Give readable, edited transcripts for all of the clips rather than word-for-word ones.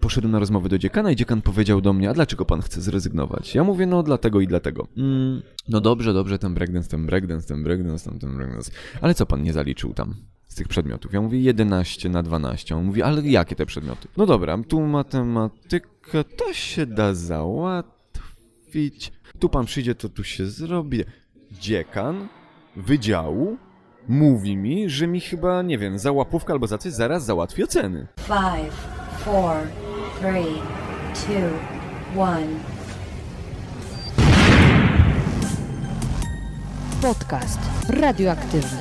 poszedłem na rozmowę do dziekana i dziekan powiedział do mnie, a dlaczego pan chce zrezygnować? Ja mówię, no dlatego i dlatego. No dobrze, ten breakdance. Ale co pan nie zaliczył tam z tych przedmiotów? Ja mówię 11 na 12. On mówi, ale jakie te przedmioty? No dobra, tu matematyka, to się da załatwić. Tu pan przyjdzie, to tu się zrobi. Dziekan wydziału mówi mi, że mi chyba, nie wiem, za łapówkę albo za coś zaraz załatwi oceny. 5, 4, 3, 2, 1. Podcast radioaktywny.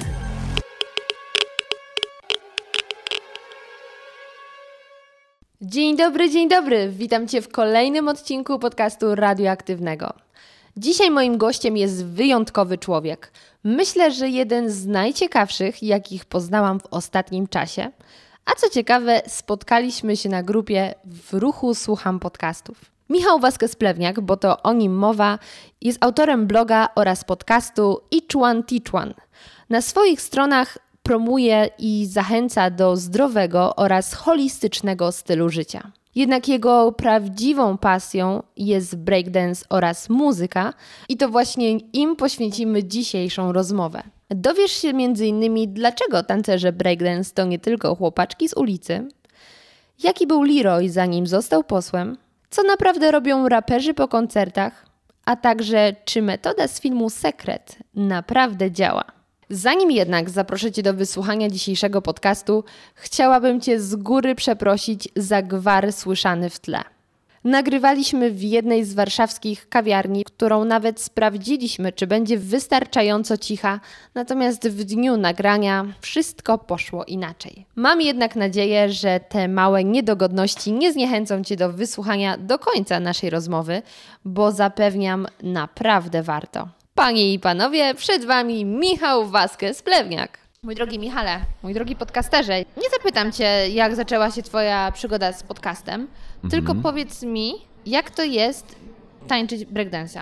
Dzień dobry, witam Cię w kolejnym odcinku podcastu radioaktywnego. Dzisiaj moim gościem jest wyjątkowy człowiek. Myślę, że jeden z najciekawszych, jakich poznałam w ostatnim czasie. A co ciekawe, spotkaliśmy się na grupie W ruchu słucham podcastów. Michał Vázquez-Plewniak, bo to o nim mowa, jest autorem bloga oraz podcastu Each One Teach One. Na swoich stronach promuje i zachęca do zdrowego oraz holistycznego stylu życia. Jednak jego prawdziwą pasją jest breakdance oraz muzyka i to właśnie im poświęcimy dzisiejszą rozmowę. Dowiesz się m.in. dlaczego tancerze breakdance to nie tylko chłopaczki z ulicy, jaki był Leroy zanim został posłem, co naprawdę robią raperzy po koncertach, a także czy metoda z filmu Sekret naprawdę działa. Zanim jednak zaproszę Cię do wysłuchania dzisiejszego podcastu, chciałabym Cię z góry przeprosić za gwar słyszany w tle. Nagrywaliśmy w jednej z warszawskich kawiarni, którą nawet sprawdziliśmy, czy będzie wystarczająco cicha, natomiast w dniu nagrania wszystko poszło inaczej. Mam jednak nadzieję, że te małe niedogodności nie zniechęcą Cię do wysłuchania do końca naszej rozmowy, bo zapewniam, naprawdę warto. Panie i panowie, przed Wami Michał Vázquez-Plewniak. Mój drogi Michale, mój drogi podcasterze, nie zapytam Cię, jak zaczęła się Twoja przygoda z podcastem, tylko powiedz mi, jak to jest tańczyć breakdance'a.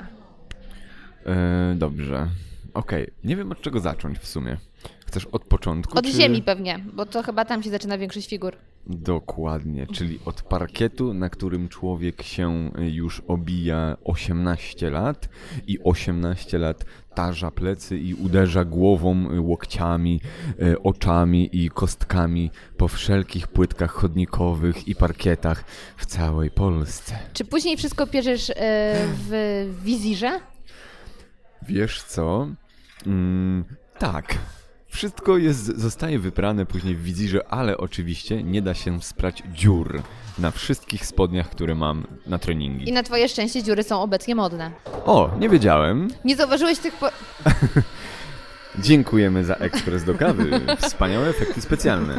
Dobrze. Okej. Nie wiem od czego zacząć w sumie. Chcesz od początku? Od ziemi pewnie, bo to chyba tam się zaczyna większość figur. Dokładnie, czyli od parkietu, na którym człowiek się już obija 18 lat i 18 lat tarza plecy i uderza głową, łokciami, oczami i kostkami po wszelkich płytkach chodnikowych i parkietach w całej Polsce. Czy później wszystko bierzesz w wizirze? Wiesz co? Tak. Wszystko zostaje wyprane później w wizirze, ale oczywiście nie da się sprać dziur na wszystkich spodniach, które mam na treningi. I na Twoje szczęście dziury są obecnie modne. O, nie wiedziałem. Nie zauważyłeś tych... Dziękujemy za ekspres do kawy. Wspaniałe efekty specjalne.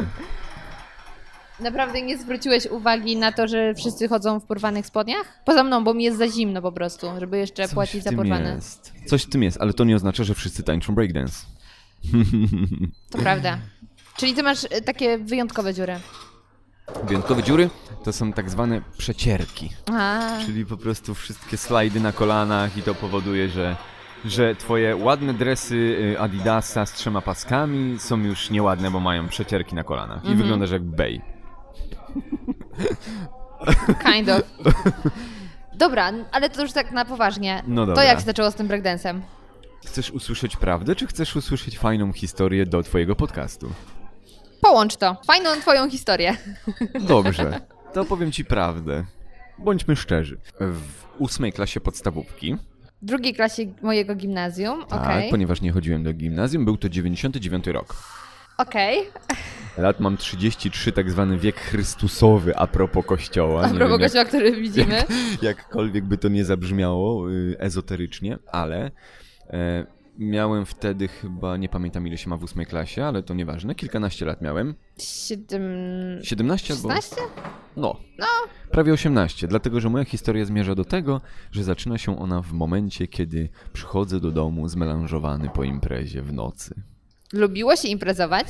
Naprawdę nie zwróciłeś uwagi na to, że wszyscy chodzą w porwanych spodniach? Poza mną, bo mi jest za zimno po prostu, żeby jeszcze płacić za porwane. Coś w tym jest, ale to nie oznacza, że wszyscy tańczą breakdance. To prawda. Czyli ty masz takie wyjątkowe dziury. Wyjątkowe dziury to są tak zwane przecierki. Czyli po prostu wszystkie slajdy na kolanach i to powoduje, że twoje ładne dresy Adidasa z 3 paskami są już nieładne, bo mają przecierki na kolanach. I wyglądasz jak bej. Kind of. Dobra, ale to już tak na poważnie. No dobra. To jak się zaczęło z tym breakdance'em? Chcesz usłyszeć prawdę, czy chcesz usłyszeć fajną historię do twojego podcastu? Połącz to. Fajną twoją historię. Dobrze, to powiem ci prawdę. Bądźmy szczerzy. W 8 klasie podstawówki. W 2 klasie mojego gimnazjum, Tak, okej. ponieważ nie chodziłem do gimnazjum, był to 99 rok. Okej. Lat mam 33, tak zwany wiek chrystusowy a propos kościoła. A propos kościoła, który widzimy. Jakkolwiek by to nie zabrzmiało ezoterycznie, ale miałem wtedy chyba, nie pamiętam ile się ma w 8 klasie, ale to nieważne, kilkanaście lat miałem. 17 albo... 16? No, prawie 18, dlatego że moja historia zmierza do tego, że zaczyna się ona w momencie, kiedy przychodzę do domu zmelanżowany po imprezie w nocy. Lubiło się imprezować?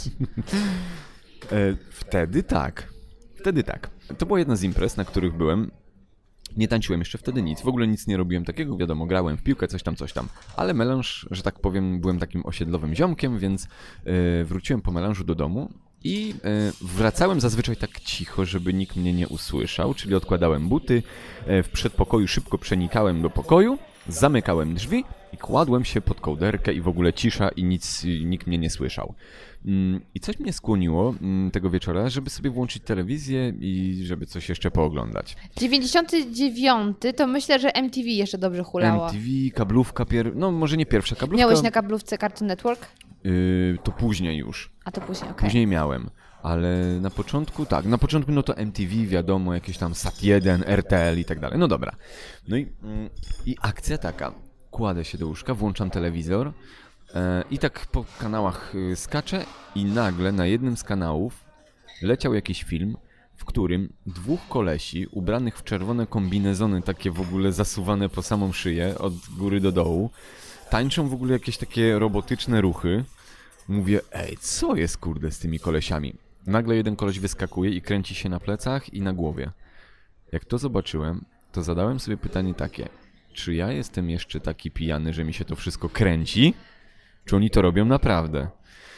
Wtedy tak. To była jedna z imprez, na których byłem. Nie tańczyłem jeszcze wtedy nic, w ogóle nic nie robiłem takiego, wiadomo, grałem w piłkę, coś tam. Ale melanż, że tak powiem, byłem takim osiedlowym ziomkiem, więc wróciłem po melanżu do domu I wracałem zazwyczaj tak cicho, żeby nikt mnie nie usłyszał, czyli odkładałem buty, w przedpokoju szybko przenikałem do pokoju, zamykałem drzwi i kładłem się pod kołderkę i w ogóle cisza i nikt mnie nie słyszał. I coś mnie skłoniło tego wieczora, żeby sobie włączyć telewizję i żeby coś jeszcze pooglądać. 99 to myślę, że MTV jeszcze dobrze hulało. MTV, kablówka, no może nie pierwsza kablówka. Miałeś na kablówce Cartoon Network? To później już. A to później, okej. Później miałem, ale na początku tak, na początku no to MTV, wiadomo, jakieś tam Sat1, RTL i tak dalej, no dobra. No i akcja taka, kładę się do łóżka, włączam telewizor i tak po kanałach skaczę i nagle na jednym z kanałów leciał jakiś film, w którym dwóch kolesi ubranych w czerwone kombinezony, takie w ogóle zasuwane po samą szyję, od góry do dołu, tańczą w ogóle jakieś takie robotyczne ruchy. Mówię, ej, co jest kurde z tymi kolesiami? Nagle jeden koleś wyskakuje i kręci się na plecach i na głowie. Jak to zobaczyłem, to zadałem sobie pytanie takie, czy ja jestem jeszcze taki pijany, że mi się to wszystko kręci? Czy oni to robią naprawdę?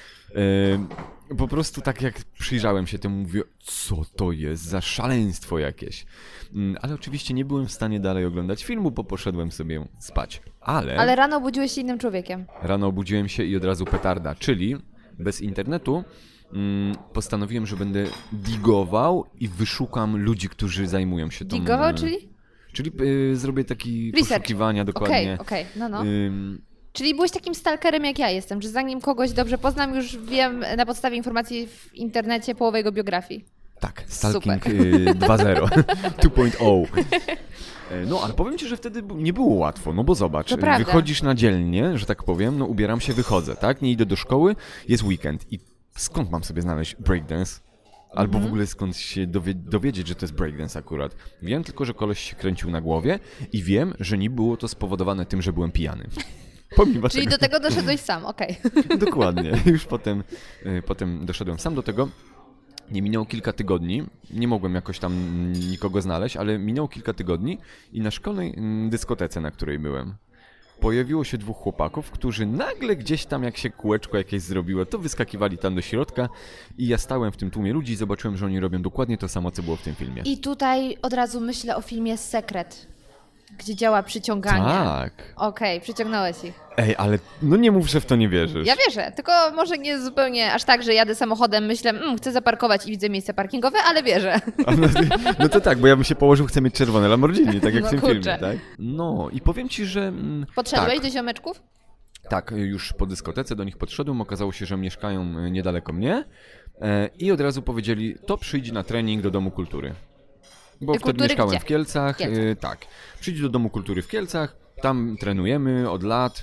Po prostu tak jak przyjrzałem się temu, mówię, co to jest za szaleństwo jakieś. Ale oczywiście nie byłem w stanie dalej oglądać filmu, bo poszedłem sobie spać. Ale rano obudziłeś się innym człowiekiem. Rano obudziłem się i od razu petarda, czyli bez internetu postanowiłem, że będę digował i wyszukam ludzi, którzy zajmują się tą... Digował, czyli? Czyli zrobię taki Research. poszukiwania dokładnie. Okej, no. Czyli byłeś takim stalkerem jak ja jestem, że zanim kogoś dobrze poznam, już wiem na podstawie informacji w internecie połowę jego biografii. Tak, Stalking Super. 2.0, 2.0. No, ale powiem ci, że wtedy nie było łatwo, no bo zobacz, To prawda. wychodzisz na dzielnie, że tak powiem, no ubieram się, wychodzę, tak? Nie idę do szkoły, jest weekend i skąd mam sobie znaleźć breakdance? Albo w ogóle skąd się dowiedzieć, że to jest breakdance akurat. Wiem tylko, że koleś się kręcił na głowie i wiem, że nie było to spowodowane tym, że byłem pijany. Pomimo Czyli tego. do tego doszedłeś sam, okej. Dokładnie. Już potem doszedłem sam do tego. Nie minęło kilka tygodni, nie mogłem jakoś tam nikogo znaleźć, ale minęło kilka tygodni i na szkolnej dyskotece, na której byłem, pojawiło się dwóch chłopaków, którzy nagle gdzieś tam, jak się kółeczko jakieś zrobiło, to wyskakiwali tam do środka i ja stałem w tym tłumie ludzi i zobaczyłem, że oni robią dokładnie to samo, co było w tym filmie. I tutaj od razu myślę o filmie Sekret, gdzie działa przyciąganie. Tak. Okej, przyciągnąłeś ich. Ej, ale no nie mów, że w to nie wierzysz. Ja wierzę, tylko może nie zupełnie aż tak, że jadę samochodem, myślę, chcę zaparkować i widzę miejsce parkingowe, ale wierzę. No to tak, bo ja bym się położył, chcę mieć czerwone Lamborghini, tak jak No w tym kurczę. filmie, tak? No i powiem ci, że... Podszedłeś tak. do ziomeczków? Tak, już po dyskotece do nich podszedłem, okazało się, że mieszkają niedaleko mnie i od razu powiedzieli, to przyjdź na trening do Domu Kultury. Bo wtedy Kultury mieszkałem gdzie? w Kielcach, W Kielcach. tak. Przyjdź do Domu Kultury w Kielcach, tam trenujemy od lat,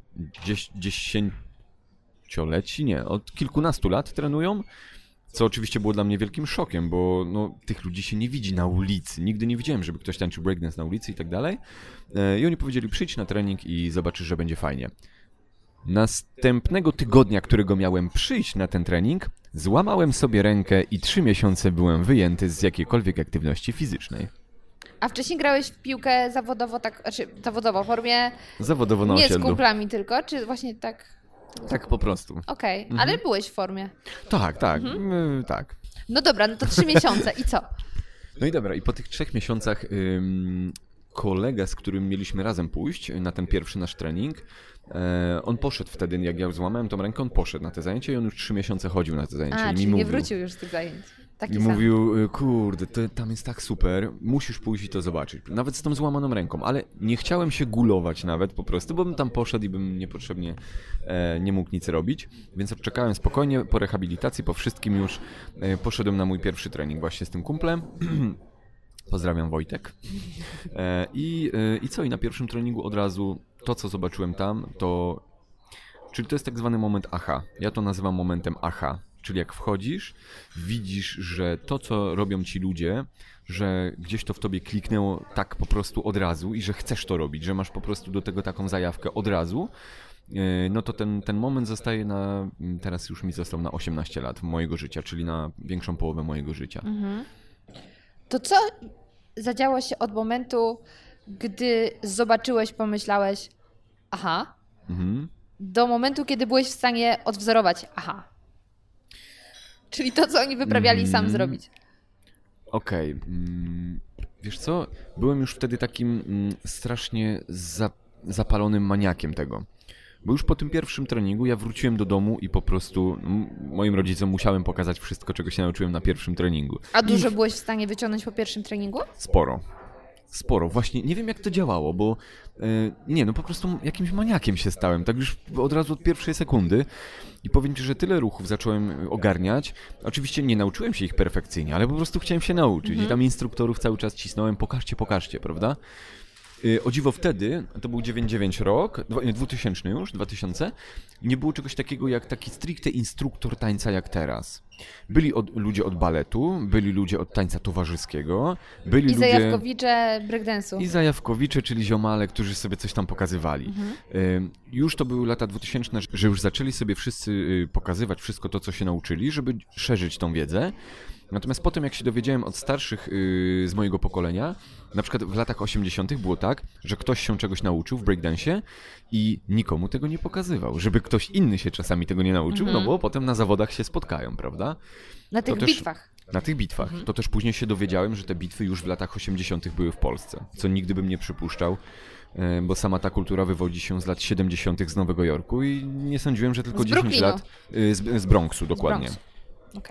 dziesięcioleci, nie, od kilkunastu lat trenują, co oczywiście było dla mnie wielkim szokiem, bo no, tych ludzi się nie widzi na ulicy. Nigdy nie widziałem, żeby ktoś tańczył breakdance na ulicy i tak dalej. I oni powiedzieli, przyjdź na trening i zobaczysz, że będzie fajnie. Następnego tygodnia, którego miałem przyjść na ten trening, złamałem sobie rękę i 3 miesiące byłem wyjęty z jakiejkolwiek aktywności fizycznej. A wcześniej grałeś w piłkę zawodowo, zawodowo w formie Zawodowo na nie z osiedlu. kumplami tylko, czy właśnie tak? Tak po prostu. Okej, ale byłeś w formie. Tak, tak. No dobra, no to 3 miesiące i co? No i dobra, i po tych 3 miesiącach kolega, z którym mieliśmy razem pójść na ten pierwszy nasz trening, on poszedł wtedy, jak ja złamałem tą rękę, on poszedł na te zajęcie i on już 3 miesiące chodził na te zajęcie. A, i czyli mi nie mówił, wrócił już z tych zajęć. Taki I sam. mówił, kurde, tam jest tak super, musisz pójść i to zobaczyć. Nawet z tą złamaną ręką, ale nie chciałem się gulować nawet po prostu, bo bym tam poszedł i bym niepotrzebnie nie mógł nic robić. Więc odczekałem spokojnie, po rehabilitacji, po wszystkim już poszedłem na mój pierwszy trening właśnie z tym kumplem. Pozdrawiam, Wojtek. I co? I na pierwszym treningu od razu to, co zobaczyłem tam, to... Czyli to jest tak zwany moment aha. Ja to nazywam momentem aha. Czyli jak wchodzisz, widzisz, że to, co robią ci ludzie, że gdzieś to w tobie kliknęło tak po prostu od razu i że chcesz to robić, że masz po prostu do tego taką zajawkę od razu, no to ten moment zostaje teraz już mi został na 18 lat mojego życia, czyli na większą połowę mojego życia. To co zadziało się od momentu, gdy zobaczyłeś, pomyślałeś aha, do momentu, kiedy byłeś w stanie odwzorować aha? Czyli to, co oni wyprawiali, sam zrobić. Okej. Wiesz co? Byłem już wtedy takim strasznie zapalonym maniakiem tego. Bo już po tym pierwszym treningu ja wróciłem do domu i po prostu moim rodzicom musiałem pokazać wszystko, czego się nauczyłem na pierwszym treningu. A dużo byłeś w stanie wyciągnąć po pierwszym treningu? Sporo. Właśnie nie wiem, jak to działało, bo po prostu jakimś maniakiem się stałem, tak już od razu od pierwszej sekundy. I powiem Ci, że tyle ruchów zacząłem ogarniać. Oczywiście nie nauczyłem się ich perfekcyjnie, ale po prostu chciałem się nauczyć. I tam instruktorów cały czas cisnąłem, pokażcie, prawda? O dziwo wtedy, to był 99 rok, 2000, nie było czegoś takiego jak taki stricte instruktor tańca jak teraz. Byli ludzie od baletu, byli ludzie od tańca towarzyskiego, byli ludzie... zajawkowicze breakdance'u. I zajawkowicze, czyli ziomale, którzy sobie coś tam pokazywali. Już to były lata 2000, że już zaczęli sobie wszyscy pokazywać wszystko to, co się nauczyli, żeby szerzyć tą wiedzę. Natomiast potem, jak się dowiedziałem od starszych z mojego pokolenia, na przykład w latach 80. było tak, że ktoś się czegoś nauczył w breakdance'ie i nikomu tego nie pokazywał, żeby ktoś inny się czasami tego nie nauczył, no bo potem na zawodach się spotkają, prawda? Na tych bitwach. Na tych bitwach. To też później się dowiedziałem, że te bitwy już w latach 80. były w Polsce, co nigdy bym nie przypuszczał, bo sama ta kultura wywodzi się z lat 70. z Nowego Jorku i nie sądziłem, że tylko 10 lat z Bronxu, dokładnie. Okay.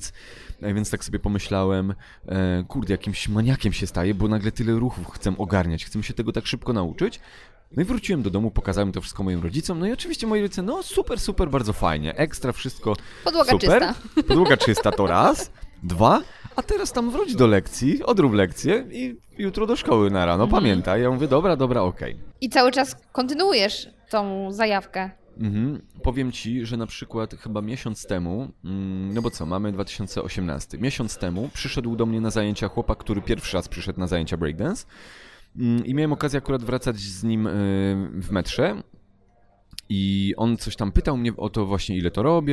Więc tak sobie pomyślałem, kurde, jakimś maniakiem się staję, bo nagle tyle ruchów chcę ogarniać, chcę się tego tak szybko nauczyć. No i wróciłem do domu, pokazałem to wszystko moim rodzicom, no i oczywiście moi rodzice, no super, bardzo fajnie, ekstra, wszystko Podłoga super. czysta. Podłoga czysta to raz, dwa, a teraz tam wróć do lekcji, odrób lekcję i jutro do szkoły na rano, pamiętaj. Ja mówię, dobra, okej. I cały czas kontynuujesz tą zajawkę. Powiem Ci, że na przykład chyba miesiąc temu, no bo co, mamy 2018, miesiąc temu przyszedł do mnie na zajęcia chłopak, który pierwszy raz przyszedł na zajęcia breakdance i miałem okazję akurat wracać z nim w metrze i on coś tam pytał mnie o to właśnie, ile to robię,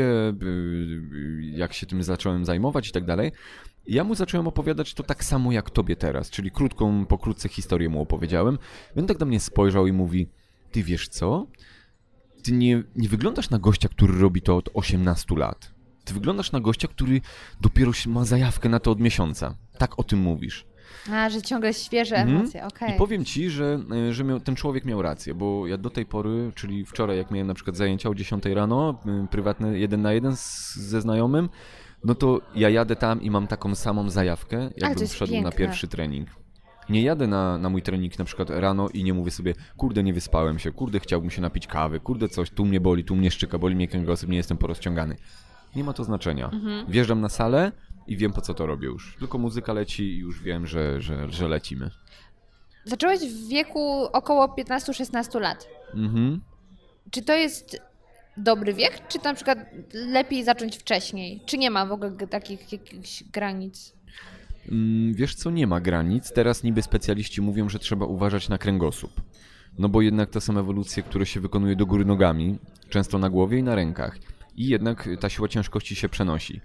jak się tym zacząłem zajmować i tak dalej. I ja mu zacząłem opowiadać to tak samo jak Tobie teraz, czyli pokrótce historię mu opowiedziałem. I on tak do mnie spojrzał i mówi, ty wiesz co? Ty nie wyglądasz na gościa, który robi to od 18 lat. Ty wyglądasz na gościa, który dopiero ma zajawkę na to od miesiąca. Tak o tym mówisz. A, że ciągle świeże emocje, okej. I powiem Ci, że ten człowiek miał rację, bo ja do tej pory, czyli wczoraj jak miałem na przykład zajęcia o 10 rano, prywatne 1 na 1 ze znajomym, no to ja jadę tam i mam taką samą zajawkę, jakbym wszedł na pierwszy trening. Nie jadę na mój trening na przykład rano i nie mówię sobie, kurde, nie wyspałem się, kurde, chciałbym się napić kawy, kurde, coś, tu mnie boli, tu mnie szczyka, boli mnie kręgosłup, nie jestem porozciągany. Nie ma to znaczenia. Wjeżdżam na salę i wiem, po co to robię już. Tylko muzyka leci i już wiem, że lecimy. Zacząłeś w wieku około 15-16 lat. Czy to jest dobry wiek, czy na przykład lepiej zacząć wcześniej? Czy nie ma w ogóle takich jakichś granic? Wiesz co, nie ma granic. Teraz niby specjaliści mówią, że trzeba uważać na kręgosłup. No bo jednak to są ewolucje, które się wykonuje do góry nogami, często na głowie i na rękach. I jednak ta siła ciężkości się przenosi.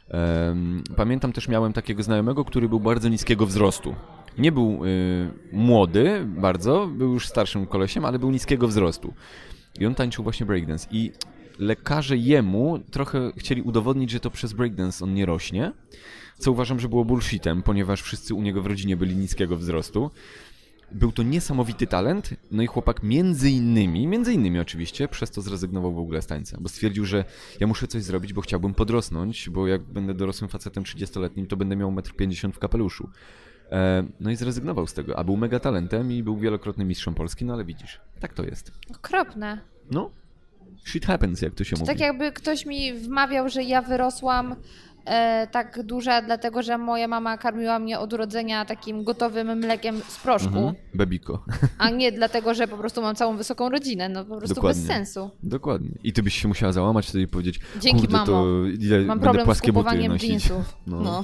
Pamiętam też, miałem takiego znajomego, który był bardzo niskiego wzrostu. Nie był młody bardzo, był już starszym kolesiem, ale był niskiego wzrostu. I on tańczył właśnie breakdance. I lekarze jemu trochę chcieli udowodnić, że to przez breakdance on nie rośnie, co uważam, że było bullshitem, ponieważ wszyscy u niego w rodzinie byli niskiego wzrostu. Był to niesamowity talent, no i chłopak między innymi oczywiście, przez to zrezygnował w ogóle z tańca, bo stwierdził, że ja muszę coś zrobić, bo chciałbym podrosnąć, bo jak będę dorosłym facetem 30-letnim, to będę miał 1,50 m w kapeluszu. No i zrezygnował z tego, a był mega talentem i był wielokrotnym mistrzem Polski, no ale widzisz, tak to jest. Okropne. No, shit happens, jak to się mówi. Tak jakby ktoś mi wmawiał, że ja wyrosłam tak duża, dlatego że moja mama karmiła mnie od urodzenia takim gotowym mlekiem z proszku. Bebiko. A nie dlatego, że po prostu mam całą wysoką rodzinę. No po prostu Dokładnie. Bez sensu. Dokładnie. I ty byś się musiała załamać wtedy i powiedzieć, dzięki, kurde, mamo. to ile mam będę problem płaskie z buty kupowaniem nosić. jeansów. No.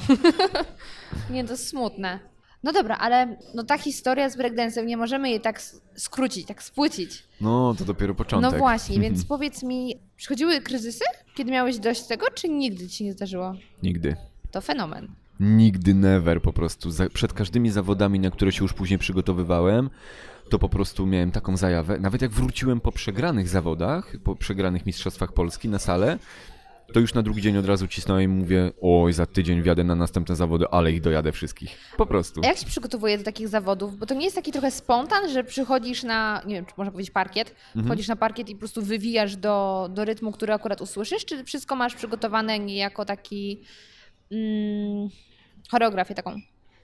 Nie, to jest smutne. No dobra, ale no ta historia z breakdance'em, nie możemy jej tak skrócić, tak spłycić. No, to dopiero początek. No właśnie, więc powiedz mi, przychodziły kryzysy, kiedy miałeś dość tego, czy nigdy ci się nie zdarzyło? Nigdy. To fenomen. Nigdy, never po prostu. Przed każdymi zawodami, na które się już później przygotowywałem, to po prostu miałem taką zajawę. Nawet jak wróciłem po przegranych zawodach, po przegranych mistrzostwach Polski na salę, to już na drugi dzień od razu cisnąłem i mówię, oj, za tydzień wjadę na następne zawody, ale ich dojadę wszystkich. Po prostu. A jak się przygotowuje do takich zawodów? Bo to nie jest taki trochę spontan, że przychodzisz na, nie wiem, czy można powiedzieć parkiet, wchodzisz na parkiet i po prostu wywijasz do rytmu, który akurat usłyszysz, czy wszystko masz przygotowane niejako taki choreografię taką?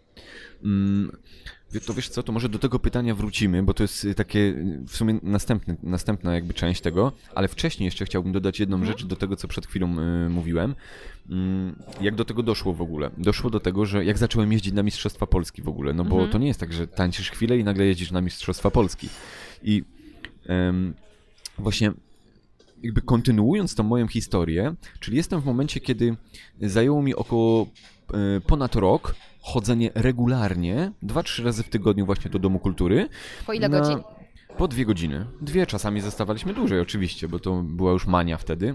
To wiesz co, to może do tego pytania wrócimy, bo to jest takie w sumie następna jakby część tego, ale wcześniej jeszcze chciałbym dodać jedną rzecz do tego, co przed chwilą mówiłem. Jak do tego doszło w ogóle? Doszło do tego, że jak zacząłem jeździć na Mistrzostwa Polski w ogóle, no bo to nie jest tak, że tańczysz chwilę i nagle jeździsz na Mistrzostwa Polski. I właśnie jakby kontynuując tą moją historię, czyli jestem w momencie, kiedy zajęło mi około ponad rok chodzenie regularnie, 2-3 razy w tygodniu właśnie do Domu Kultury. Po ile godzin? Po 2 godziny. 2, czasami zostawaliśmy dłużej oczywiście, bo to była już mania wtedy.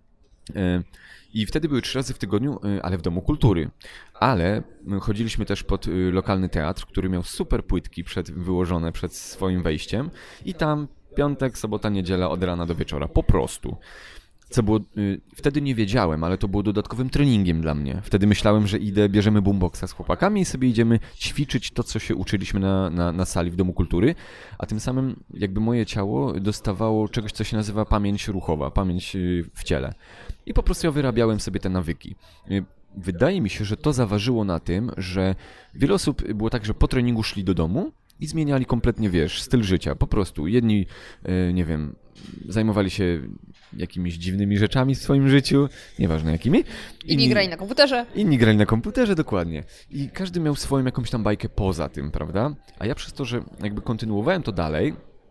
I wtedy były 3 razy w tygodniu, ale w Domu Kultury. Ale chodziliśmy też pod lokalny teatr, który miał super płytki wyłożone przed swoim wejściem i tam piątek, sobota, niedziela od rana do wieczora. Po prostu. Co było, wtedy nie wiedziałem, ale to było dodatkowym treningiem dla mnie. Wtedy myślałem, że bierzemy boomboxa z chłopakami i sobie idziemy ćwiczyć to, co się uczyliśmy na sali w Domu Kultury, a tym samym jakby moje ciało dostawało czegoś, co się nazywa pamięć ruchowa, pamięć w ciele. I po prostu ja wyrabiałem sobie te nawyki. Wydaje mi się, że to zaważyło na tym, że wiele osób było tak, że po treningu szli do domu i zmieniali kompletnie, wiesz, styl życia. Po prostu jedni, nie wiem, zajmowali się jakimiś dziwnymi rzeczami w swoim życiu, nieważne jakimi. Inni grali na komputerze. Inni grali na komputerze, dokładnie. I każdy miał swoją jakąś tam bajkę poza tym, prawda? A ja przez to, że jakby kontynuowałem to dalej,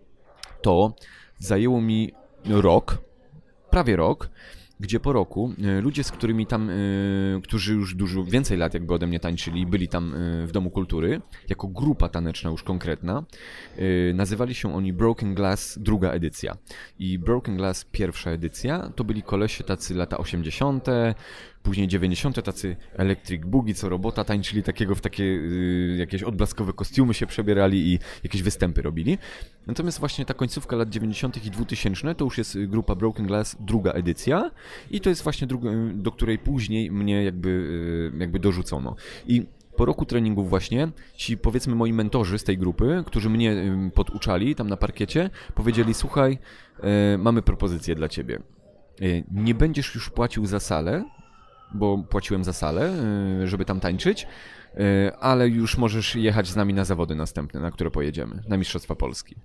to zajęło mi rok, prawie rok, gdzie po roku ludzie, z którymi tam, którzy już dużo więcej lat jakby ode mnie tańczyli, byli tam w Domu Kultury, jako grupa taneczna już konkretna, nazywali się oni Broken Glass druga edycja. I Broken Glass pierwsza edycja to byli kolesie tacy lata 80., później 90., tacy Electric Boogie, co robota, tańczyli takiego w takie jakieś odblaskowe kostiumy się przebierali i jakieś występy robili. Natomiast właśnie ta końcówka lat 90. i 2000 to już jest grupa Broken Glass druga edycja i to jest właśnie druga, do której później mnie jakby dorzucono. I po roku treningów właśnie ci, powiedzmy, moi mentorzy z tej grupy, którzy mnie poduczali tam na parkiecie, powiedzieli: słuchaj, mamy propozycję dla ciebie. Nie będziesz już płacił za salę, bo płaciłem za salę, żeby tam tańczyć, ale już możesz jechać z nami na zawody następne, na które pojedziemy, na Mistrzostwa Polski.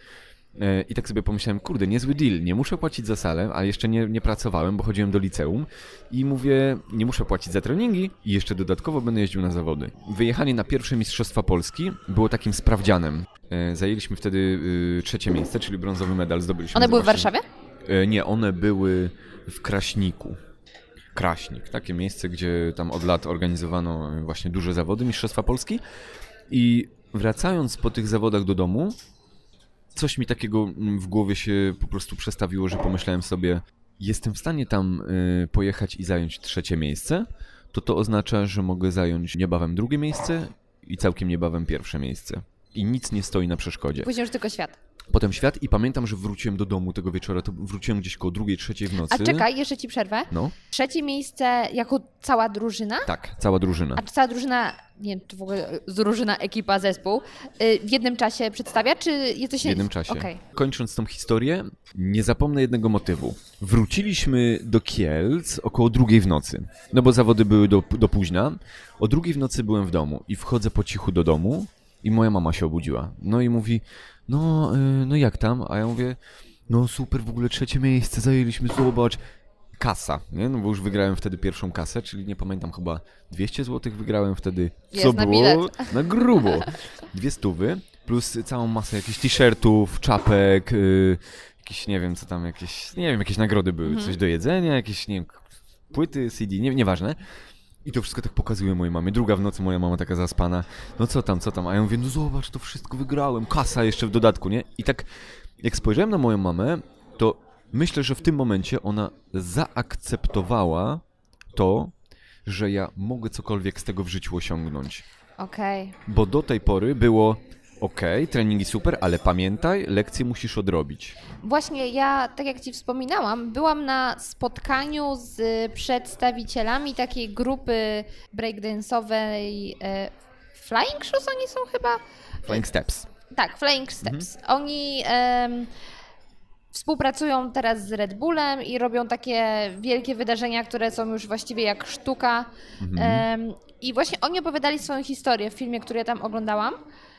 I tak sobie pomyślałem, kurde, niezły deal, nie muszę płacić za salę, a jeszcze nie pracowałem, bo chodziłem do liceum i mówię, nie muszę płacić za treningi i jeszcze dodatkowo będę jeździł na zawody. Wyjechanie na pierwsze Mistrzostwa Polski było takim sprawdzianem. Zajęliśmy wtedy 3. miejsce, czyli brązowy medal zdobyliśmy. One były w Warszawie? Nie, one były w Kraśniku. Kraśnik, takie miejsce, gdzie tam od lat organizowano właśnie duże zawody Mistrzostwa Polski i wracając po tych zawodach do domu, coś mi takiego w głowie się po prostu przestawiło, że pomyślałem sobie, jestem w stanie tam pojechać i zająć 3. miejsce, to oznacza, że mogę zająć niebawem 2. miejsce i całkiem niebawem 1. miejsce. I nic nie stoi na przeszkodzie. Później już tylko świat. Potem świat i pamiętam, że wróciłem do domu tego wieczora, to wróciłem gdzieś koło 2, 3 w nocy. A czekaj, jeszcze ci przerwę. No. 3. miejsce jako cała drużyna? Tak, cała drużyna. A czy cała drużyna, nie wiem, czy w ogóle drużyna, ekipa, zespół, w jednym czasie przedstawia, czy jesteś... W jednym czasie. Okay. Kończąc tą historię, nie zapomnę jednego motywu. Wróciliśmy do Kielc około 2 w nocy, no bo zawody były do późna. O 2 w nocy byłem w domu i wchodzę po cichu do domu i moja mama się obudziła. No i mówi, no jak tam? A ja mówię, no super, w ogóle 3. miejsce zajęliśmy, zobacz. Kasa, nie? No bo już wygrałem wtedy pierwszą kasę, czyli nie pamiętam, chyba 200 zł wygrałem wtedy, co jest na było bilet. Na grubo. 200 plus całą masę jakichś t-shirtów, czapek, jakieś, nie wiem co tam, jakieś nagrody były, coś do jedzenia, jakieś, nie wiem, płyty, CD, nieważne. I to wszystko tak pokazuje mojej mamie. 2 w nocy, moja mama taka zaspana. No co tam? A ja mówię, no zobacz, to wszystko wygrałem. Kasa jeszcze w dodatku, nie? I tak jak spojrzałem na moją mamę, to myślę, że w tym momencie ona zaakceptowała to, że ja mogę cokolwiek z tego w życiu osiągnąć. Okej. Bo do tej pory było, Okej, treningi super, ale pamiętaj, lekcje musisz odrobić. Właśnie ja, tak jak Ci wspominałam, byłam na spotkaniu z przedstawicielami takiej grupy breakdance'owej Flying Shoes oni są chyba? Flying Steps. Tak, Flying Steps. Oni współpracują teraz z Red Bullem i robią takie wielkie wydarzenia, które są już właściwie jak sztuka. I właśnie oni opowiadali swoją historię w filmie, który ja tam oglądałam.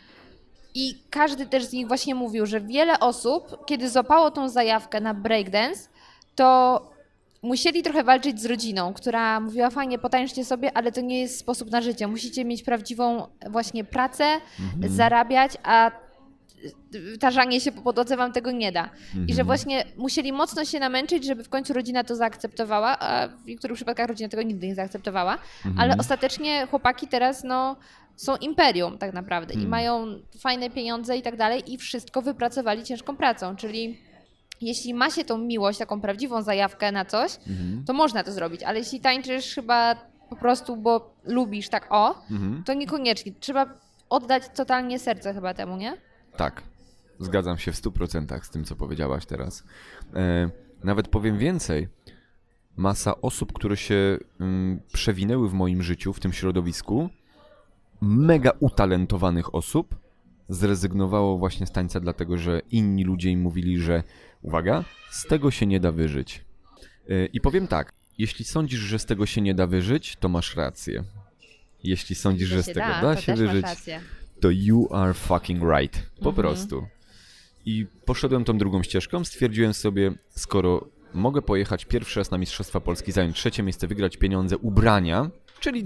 I każdy też z nich właśnie mówił, że wiele osób, kiedy złapało tą zajawkę na breakdance, to musieli trochę walczyć z rodziną, która mówiła fajnie, potańczcie sobie, ale to nie jest sposób na życie. Musicie mieć prawdziwą właśnie pracę, zarabiać, a tarzanie się po podłodze wam tego nie da. I że właśnie musieli mocno się namęczyć, żeby w końcu rodzina to zaakceptowała, a w niektórych przypadkach rodzina tego nigdy nie zaakceptowała, ale ostatecznie chłopaki teraz są imperium tak naprawdę i mają fajne pieniądze i tak dalej i wszystko wypracowali ciężką pracą, czyli jeśli ma się tą miłość, taką prawdziwą zajawkę na coś, to można to zrobić, ale jeśli tańczysz chyba po prostu, bo lubisz tak to niekoniecznie. Trzeba oddać totalnie serce chyba temu, nie? Tak, zgadzam się w 100% z tym, co powiedziałaś teraz. Nawet powiem więcej. Masa osób, które się przewinęły w moim życiu, w tym środowisku, mega utalentowanych osób, zrezygnowało właśnie z tańca, dlatego że inni ludzie im mówili, że uwaga, z tego się nie da wyżyć. I powiem tak, jeśli sądzisz, że z tego się nie da wyżyć, to masz rację. Jeśli sądzisz, że z tego da się wyżyć, to you are fucking right. Po prostu. I poszedłem tą drugą ścieżką, stwierdziłem sobie, skoro mogę pojechać pierwszy raz na Mistrzostwa Polski, zająć 3. miejsce, wygrać pieniądze, ubrania, czyli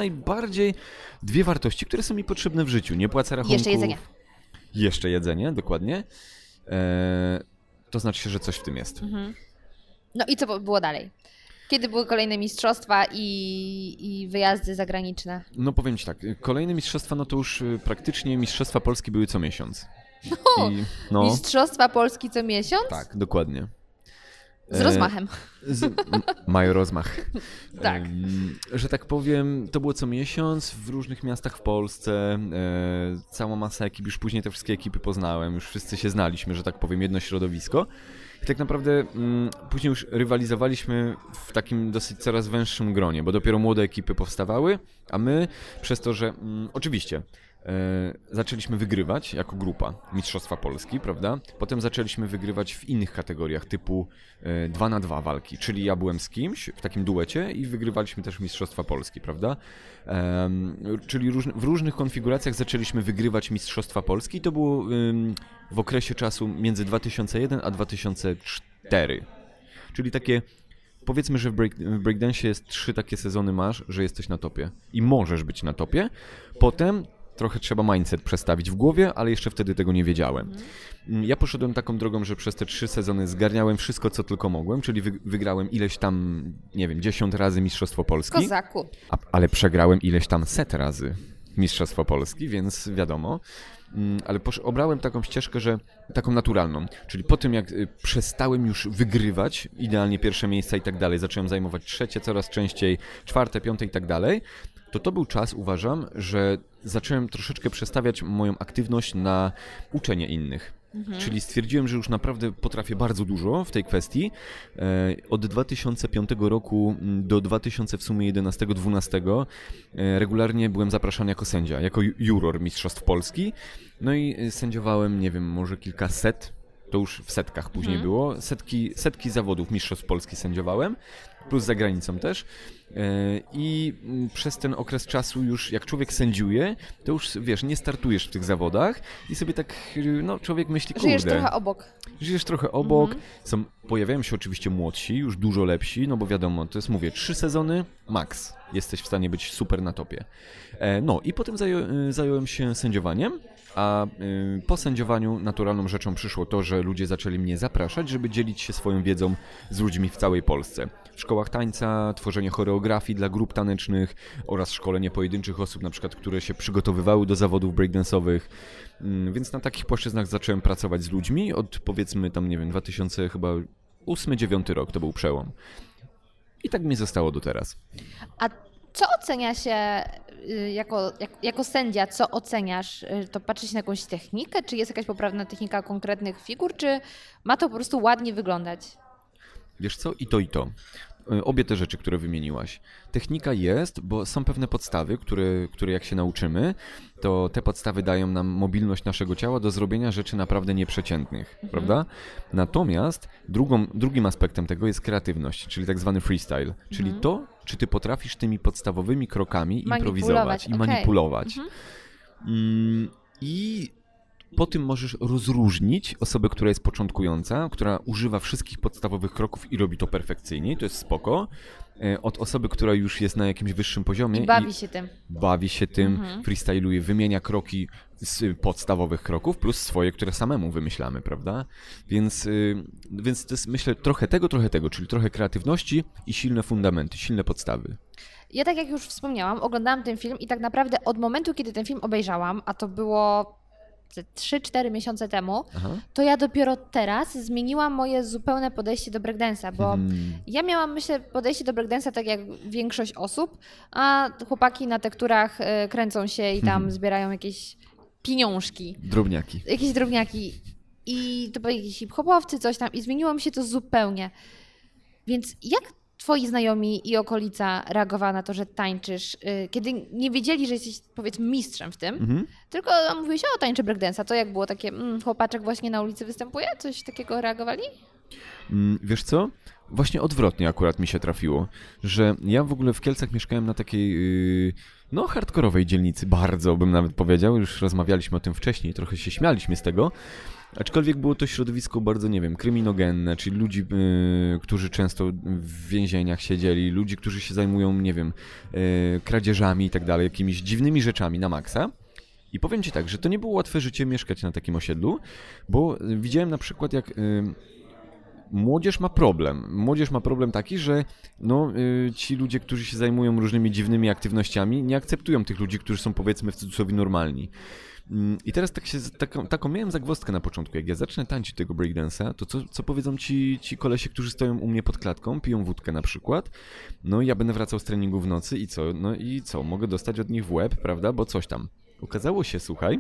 dwie wartości, które są mi potrzebne w życiu. Nie płacę rachunków. Jeszcze jedzenie. Jeszcze jedzenie, dokładnie. To znaczy się, że coś w tym jest. No i co było dalej? Kiedy były kolejne mistrzostwa i wyjazdy zagraniczne? No powiem Ci tak, kolejne mistrzostwa, no to już praktycznie Mistrzostwa Polski były co miesiąc. Mistrzostwa Polski co miesiąc? Tak, dokładnie. Z rozmachem. Mają rozmach. Tak. Że tak powiem, to było co miesiąc w różnych miastach w Polsce. Cała masa ekip, już później te wszystkie ekipy poznałem, już wszyscy się znaliśmy, że tak powiem, jedno środowisko. I tak naprawdę później już rywalizowaliśmy w takim dosyć coraz węższym gronie, bo dopiero młode ekipy powstawały, a my przez to, że oczywiście zaczęliśmy wygrywać jako grupa Mistrzostwa Polski, prawda? Potem zaczęliśmy wygrywać w innych kategoriach typu 2-2 walki, czyli ja byłem z kimś w takim duecie i wygrywaliśmy też Mistrzostwa Polski, prawda? Czyli w różnych konfiguracjach zaczęliśmy wygrywać Mistrzostwa Polski i to było w okresie czasu między 2001 a 2004. Czyli takie, powiedzmy, że w breakdance jest 3 takie sezony masz, że jesteś na topie i możesz być na topie. Potem trochę trzeba mindset przestawić w głowie, ale jeszcze wtedy tego nie wiedziałem. Ja poszedłem taką drogą, że przez te 3 sezony zgarniałem wszystko, co tylko mogłem, czyli wygrałem ileś tam, nie wiem, 10 razy Mistrzostwo Polski. Kozaku. Ale przegrałem ileś tam 100 razy Mistrzostwo Polski, więc wiadomo. Ale obrałem taką ścieżkę, że taką naturalną, czyli po tym jak przestałem już wygrywać, idealnie pierwsze miejsca i tak dalej, zacząłem zajmować 3, coraz częściej 4, 5 i tak dalej, to był czas, uważam, że zacząłem troszeczkę przestawiać moją aktywność na uczenie innych. Czyli stwierdziłem, że już naprawdę potrafię bardzo dużo w tej kwestii. Od 2005 roku do 2011-2012 regularnie byłem zapraszany jako sędzia, jako juror Mistrzostw Polski. No i sędziowałem, nie wiem, może kilkaset, to już w setkach później było, setki zawodów Mistrzostw Polski sędziowałem, plus za granicą też. I przez ten okres czasu już jak człowiek sędziuje, to już wiesz, nie startujesz w tych zawodach i sobie tak, no człowiek myśli, kurde. Żyjesz trochę obok. Żyjesz trochę obok. Pojawiają się oczywiście młodsi, już dużo lepsi, no bo wiadomo, to jest, mówię, 3 sezony max. Jesteś w stanie być super na topie. No i potem zająłem się sędziowaniem, a po sędziowaniu naturalną rzeczą przyszło to, że ludzie zaczęli mnie zapraszać, żeby dzielić się swoją wiedzą z ludźmi w całej Polsce. W szkołach tańca, tworzenie choreografii dla grup tanecznych oraz szkolenie pojedynczych osób, na przykład, które się przygotowywały do zawodów breakdance'owych. Więc na takich płaszczyznach zacząłem pracować z ludźmi od, powiedzmy, tam, nie wiem, 2008-2009 rok to był przełom. I tak mi zostało do teraz. A co ocenia się jako sędzia, co oceniasz? To patrzysz na jakąś technikę? Czy jest jakaś poprawna technika konkretnych figur? Czy ma to po prostu ładnie wyglądać? Wiesz co? I to, i to. Obie te rzeczy, które wymieniłaś. Technika jest, bo są pewne podstawy, które jak się nauczymy, to te podstawy dają nam mobilność naszego ciała do zrobienia rzeczy naprawdę nieprzeciętnych, prawda? Natomiast drugim aspektem tego jest kreatywność, czyli tak zwany freestyle, czyli to, czy ty potrafisz tymi podstawowymi krokami improwizować i manipulować. I po tym możesz rozróżnić osobę, która jest początkująca, która używa wszystkich podstawowych kroków i robi to perfekcyjnie, to jest spoko, od osoby, która już jest na jakimś wyższym poziomie I bawi się tym. Freestyluje, wymienia kroki z podstawowych kroków, plus swoje, które samemu wymyślamy, prawda? Więc to jest, myślę, trochę tego, czyli trochę kreatywności i silne fundamenty, silne podstawy. Ja tak jak już wspomniałam, oglądałam ten film i tak naprawdę od momentu, kiedy ten film obejrzałam, a to było 3-4 miesiące temu, to ja dopiero teraz zmieniłam moje zupełne podejście do breakdance'a, bo ja miałam, myślę, podejście do breakdance'a tak jak większość osób, a chłopaki na tekturach kręcą się i tam zbierają jakieś pieniążki. Jakieś drobniaki. I to byli jakieś hip-hopowcy, coś tam i zmieniło mi się to zupełnie. Więc jak twoi znajomi i okolica reagowała na to, że tańczysz, kiedy nie wiedzieli, że jesteś, powiedzmy, mistrzem w tym, tylko mówiłeś, o, tańczę breakdance'a. To jak było takie, chłopaczek właśnie na ulicy występuje? Coś takiego reagowali? Wiesz co? Właśnie odwrotnie akurat mi się trafiło, że ja w ogóle w Kielcach mieszkałem na takiej, hardkorowej dzielnicy, bardzo bym nawet powiedział, już rozmawialiśmy o tym wcześniej, trochę się śmialiśmy z tego, aczkolwiek było to środowisko bardzo, nie wiem, kryminogenne, czyli ludzi, którzy często w więzieniach siedzieli, ludzi, którzy się zajmują, nie wiem, kradzieżami i tak dalej, jakimiś dziwnymi rzeczami na maksa. I powiem ci tak, że to nie było łatwe życie mieszkać na takim osiedlu, bo widziałem na przykład jak młodzież ma problem. Młodzież ma problem taki, że ci ludzie, którzy się zajmują różnymi dziwnymi aktywnościami, nie akceptują tych ludzi, którzy są, powiedzmy, w cudzysłowie normalni. I teraz taką miałem zagwozdkę na początku. Jak ja zacznę tańczyć tego breakdance'a, to co powiedzą ci kolesie, którzy stoją u mnie pod klatką, piją wódkę na przykład, no i ja będę wracał z treningu w nocy i co? No i co? Mogę dostać od nich w łeb, prawda? Bo coś tam. Okazało się, słuchaj,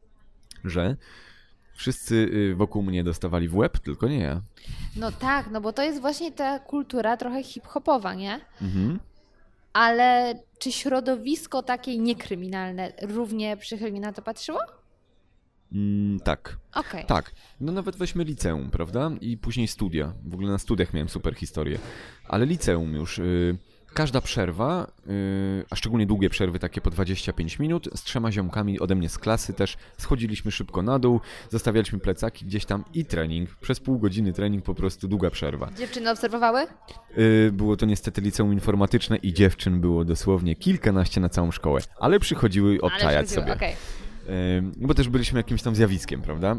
że wszyscy wokół mnie dostawali w łeb, tylko nie ja. No tak, no bo to jest właśnie ta kultura trochę hip-hopowa, nie? Ale czy środowisko takie niekryminalne równie przychylnie na to patrzyło? Tak. Okay. Tak. No nawet weźmy liceum, prawda? I później studia. W ogóle na studiach miałem super historię. Ale liceum już... Każda przerwa, a szczególnie długie przerwy, takie po 25 minut, z 3 ziomkami ode mnie z klasy też, schodziliśmy szybko na dół, zostawialiśmy plecaki gdzieś tam i trening. Przez pół godziny trening, po prostu długa przerwa. Dziewczyny obserwowały? Było to niestety liceum informatyczne i dziewczyn było dosłownie kilkanaście na całą szkołę, ale przychodziły obczajać sobie. Okay. Bo też byliśmy jakimś tam zjawiskiem, prawda?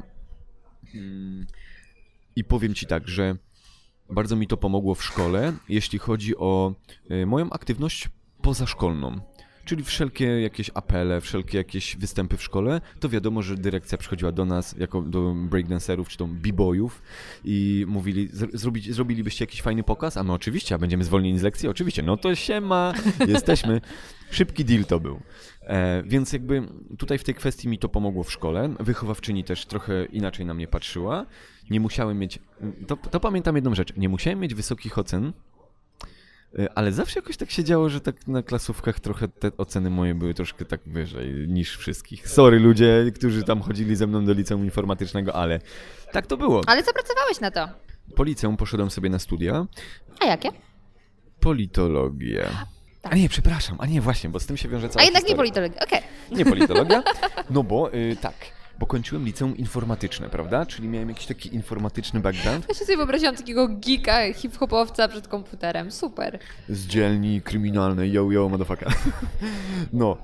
I powiem ci tak, że bardzo mi to pomogło w szkole, jeśli chodzi o moją aktywność pozaszkolną. Czyli wszelkie jakieś apele, wszelkie jakieś występy w szkole, to wiadomo, że dyrekcja przychodziła do nas, jako do breakdancerów, czy to b-boyów i mówili, zrobilibyście jakiś fajny pokaz? A my oczywiście, a będziemy zwolnieni z lekcji? Oczywiście, no to siema, jesteśmy. Szybki deal to był. Więc jakby tutaj w tej kwestii mi to pomogło w szkole. Wychowawczyni też trochę inaczej na mnie patrzyła. Nie musiałem mieć, to pamiętam jedną rzecz, nie musiałem mieć wysokich ocen, ale zawsze jakoś tak się działo, że tak na klasówkach trochę te oceny moje były troszkę tak wyżej niż wszystkich. Sorry ludzie, którzy tam chodzili ze mną do liceum informatycznego, ale tak to było. Ale co pracowałeś na to? Po liceum poszedłem sobie na studia. A jakie? Politologię. Tak. A nie, przepraszam, właśnie, bo z tym się wiąże cała A jednak historia. nie politologia, okej. Nie politologia, no bo tak. Bo kończyłem liceum informatyczne, prawda? Czyli miałem jakiś taki informatyczny background. Ja się sobie wyobraziłam takiego geeka, hip-hopowca przed komputerem. Super. Z dzielni kryminalnej, yo, motherfucker. No.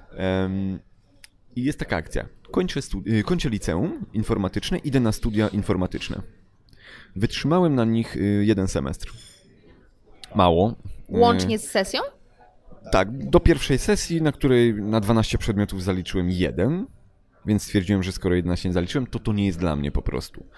I jest taka akcja. Kończę liceum informatyczne, idę na studia informatyczne. Wytrzymałem na nich 1 semestr. Mało. Łącznie z sesją? Tak, do pierwszej sesji, na której na 12 przedmiotów zaliczyłem 1. Więc stwierdziłem, że skoro 11 nie zaliczyłem, to nie jest dla mnie po prostu.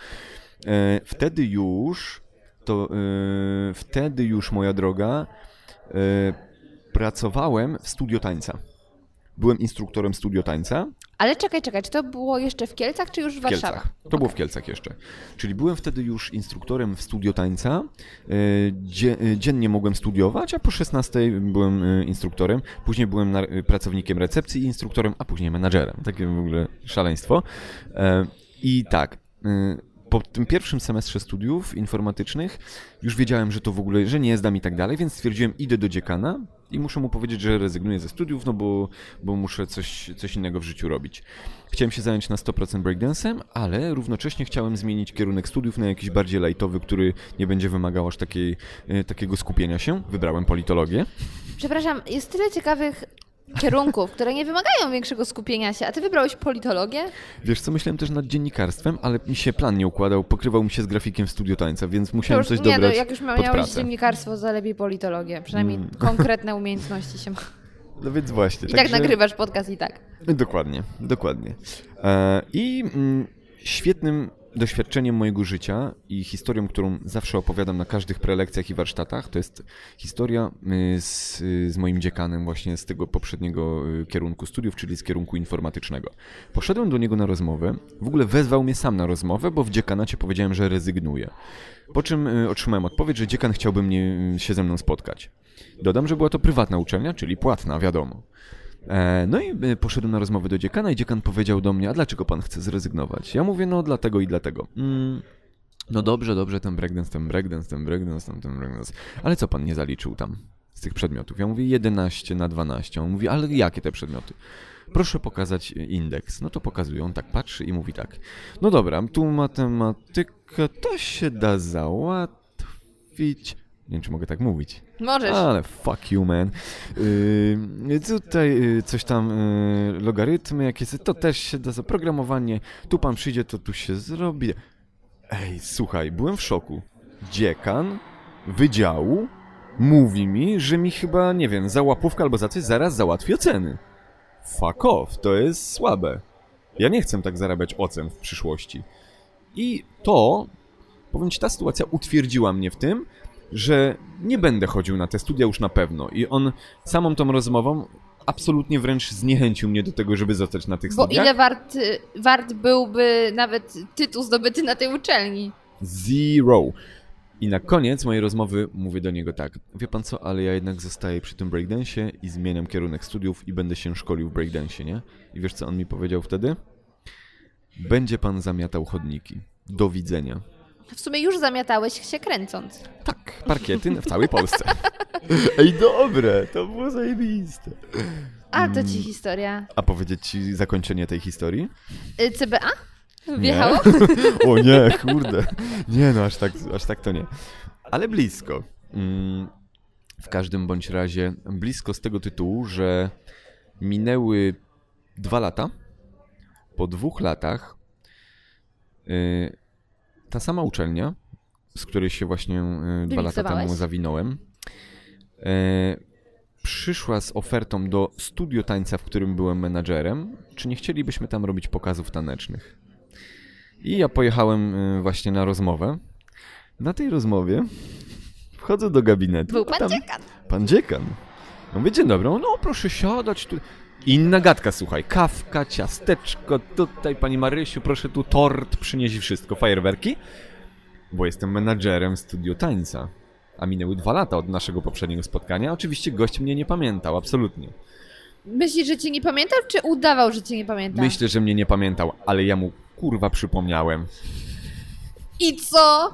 Wtedy już, moja droga, pracowałem w studio tańca. byłem instruktorem studio tańca. Ale czekaj, czy to było jeszcze w Kielcach, czy już w Warszawie? Kielcach. To było w Kielcach jeszcze. Czyli byłem wtedy już instruktorem w studio tańca. Dziennie mogłem studiować, a po 16 byłem instruktorem. Później byłem pracownikiem recepcji i instruktorem, a później menadżerem. Takie w ogóle szaleństwo. I tak, po tym pierwszym semestrze studiów informatycznych już wiedziałem, że to w ogóle, że nie zdam i tak dalej, więc stwierdziłem, idę do dziekana i muszę mu powiedzieć, że rezygnuję ze studiów, no bo muszę coś innego w życiu robić. Chciałem się zająć na 100% breakdance'em, ale równocześnie chciałem zmienić kierunek studiów na jakiś bardziej lightowy, który nie będzie wymagał aż takiego skupienia się. Wybrałem politologię. Przepraszam, jest tyle ciekawych kierunków, które nie wymagają większego skupienia się, a ty wybrałeś politologię? Wiesz co, myślałem też nad dziennikarstwem, ale mi się plan nie układał, pokrywał mi się z grafikiem w studio tańca, więc musiałem coś dobrać no, jak już pod miałeś pracę. dziennikarstwo, za lepiej politologię. Przynajmniej konkretne umiejętności się ma. No więc właśnie. I tak nagrywasz podcast i tak. Dokładnie. Świetnym doświadczeniem mojego życia i historią, którą zawsze opowiadam na każdych prelekcjach i warsztatach, to jest historia z moim dziekanem właśnie z tego poprzedniego kierunku studiów, czyli z kierunku informatycznego. Poszedłem do niego na rozmowę, w ogóle wezwał mnie sam na rozmowę, bo w dziekanacie powiedziałem, że rezygnuję. Po czym otrzymałem odpowiedź, że dziekan chciałby się ze mną spotkać. Dodam, że była to prywatna uczelnia, czyli płatna, wiadomo. No i poszedłem na rozmowę do dziekana i dziekan powiedział do mnie, a dlaczego pan chce zrezygnować? Ja mówię, no dlatego i dlatego. No dobrze, ten breakdance. Ale co pan nie zaliczył tam z tych przedmiotów? Ja mówię 11 na 12. On mówi, ale jakie te przedmioty? Proszę pokazać indeks. No to pokazuje, on tak patrzy i mówi tak. No dobra, tu matematyka, to się da załatwić. Nie wiem, czy mogę tak mówić. Możesz. Ale fuck you, man. Tutaj coś tam, logarytmy jakieś, to też się da, zaprogramowanie. Tu pan przyjdzie, to tu się zrobi. Ej, słuchaj, byłem w szoku. Dziekan wydziału mówi mi, że mi chyba, nie wiem, za łapówkę albo za coś zaraz załatwi oceny. Fuck off, to jest słabe. Ja nie chcę tak zarabiać ocen w przyszłości. I to, powiem ci, ta sytuacja utwierdziła mnie w tym, że nie będę chodził na te studia już na pewno. I on samą tą rozmową absolutnie wręcz zniechęcił mnie do tego, żeby zostać na tych studiach. Bo ile wart byłby nawet tytuł zdobyty na tej uczelni? Zero. I na koniec mojej rozmowy mówię do niego tak. Wie pan co, ale ja jednak zostaję przy tym breakdance'ie i zmieniam kierunek studiów i będę się szkolił w breakdance'ie, nie? I wiesz co on mi powiedział wtedy? Będzie pan zamiatał chodniki. Do widzenia. W sumie już zamiatałeś się kręcąc. Tak, parkiety w całej Polsce. Ej, dobre, to było zajebiste. A to ci historia. A powiedzieć ci zakończenie tej historii? CBA? Wjechało? O nie, kurde. Nie no, aż tak to nie. Ale blisko. W każdym bądź razie blisko z tego tytułu, że minęły 2 lata. Po 2 latach ta sama uczelnia, z której się właśnie 2 lata temu zawinąłem, przyszła z ofertą do studio tańca, w którym byłem menadżerem, czy nie chcielibyśmy tam robić pokazów tanecznych. I ja pojechałem właśnie na rozmowę. Na tej rozmowie wchodzę do gabinetu. Był pan dziekan. Pan dziekan. Mówię, dzień dobry, no proszę siadać tu. Inna gadka, słuchaj, kawka, ciasteczko, tutaj pani Marysiu, proszę tu tort przynieść i wszystko, fajerwerki. Bo jestem menadżerem studio tańca. A minęły 2 lata od naszego poprzedniego spotkania. Oczywiście gość mnie nie pamiętał, absolutnie. Myślisz, że cię nie pamiętał, czy udawał, że cię nie pamięta? Myślę, że mnie nie pamiętał, ale ja mu kurwa przypomniałem. I co?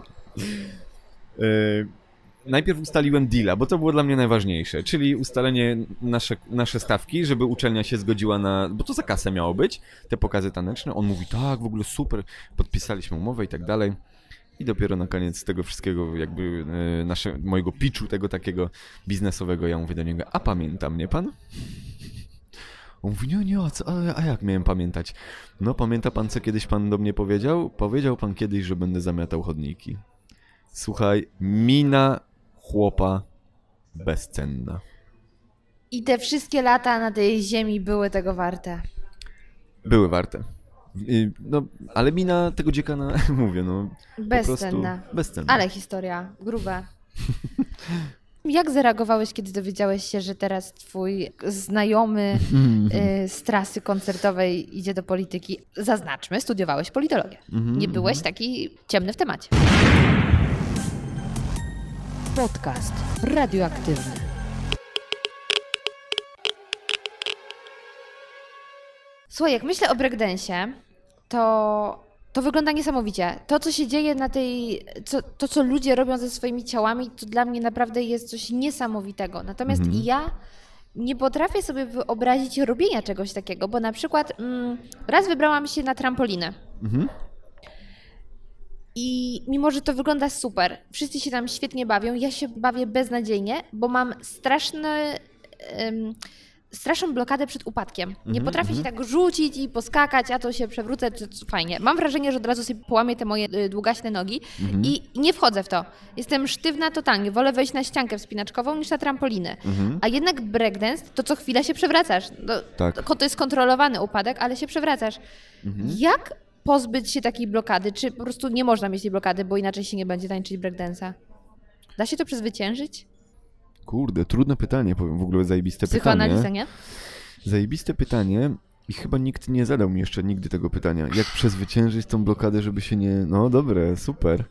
Najpierw ustaliłem deala, bo to było dla mnie najważniejsze, czyli ustalenie nasze stawki, żeby uczelnia się zgodziła na... Bo to za kasę miało być, te pokazy taneczne. On mówi, tak, w ogóle super, podpisaliśmy umowę i tak dalej. I dopiero na koniec tego wszystkiego, jakby mojego pitchu, tego takiego biznesowego, ja mówię do niego, a pamięta mnie pan? On mówi, nie, a jak miałem pamiętać? No, pamięta pan, co kiedyś pan do mnie powiedział? Powiedział pan kiedyś, że będę zamiatał chodniki. Słuchaj, mina chłopa bezcenna. I te wszystkie lata na tej ziemi były tego warte. Były warte. No, ale mina tego dziekana, mówię, no... Bezcenna. Po prostu bezcenna. Ale historia, grube. Jak zareagowałeś, kiedy dowiedziałeś się, że teraz twój znajomy z trasy koncertowej idzie do polityki? Zaznaczmy, studiowałeś politologię. Nie byłeś taki ciemny w temacie. Podcast radioaktywny. Słuchaj, jak myślę o breakdance'ie, to wygląda niesamowicie. To, co się dzieje na tej... To, co ludzie robią ze swoimi ciałami, to dla mnie naprawdę jest coś niesamowitego. Natomiast ja nie potrafię sobie wyobrazić robienia czegoś takiego, bo na przykład raz wybrałam się na trampolinę. I mimo, że to wygląda super, wszyscy się tam świetnie bawią, ja się bawię beznadziejnie, bo mam straszną blokadę przed upadkiem. Nie potrafię się tak rzucić i poskakać, a to się przewrócę, to fajnie. Mam wrażenie, że od razu sobie połamię te moje długaśne nogi i nie wchodzę w to. Jestem sztywna totalnie. Wolę wejść na ściankę wspinaczkową niż na trampolinę. A jednak breakdance, to co chwilę się przewracasz. To jest kontrolowany upadek, ale się przewracasz. Jak pozbyć się takiej blokady? Czy po prostu nie można mieć tej blokady, bo inaczej się nie będzie tańczyć breakdance'a? Da się to przezwyciężyć? Kurde, trudne pytanie, powiem, w ogóle zajebiste Psychoanaliza, pytanie. nie? Zajebiste pytanie i chyba nikt nie zadał mi jeszcze nigdy tego pytania. Jak przezwyciężyć tą blokadę, żeby się nie... No dobre, super.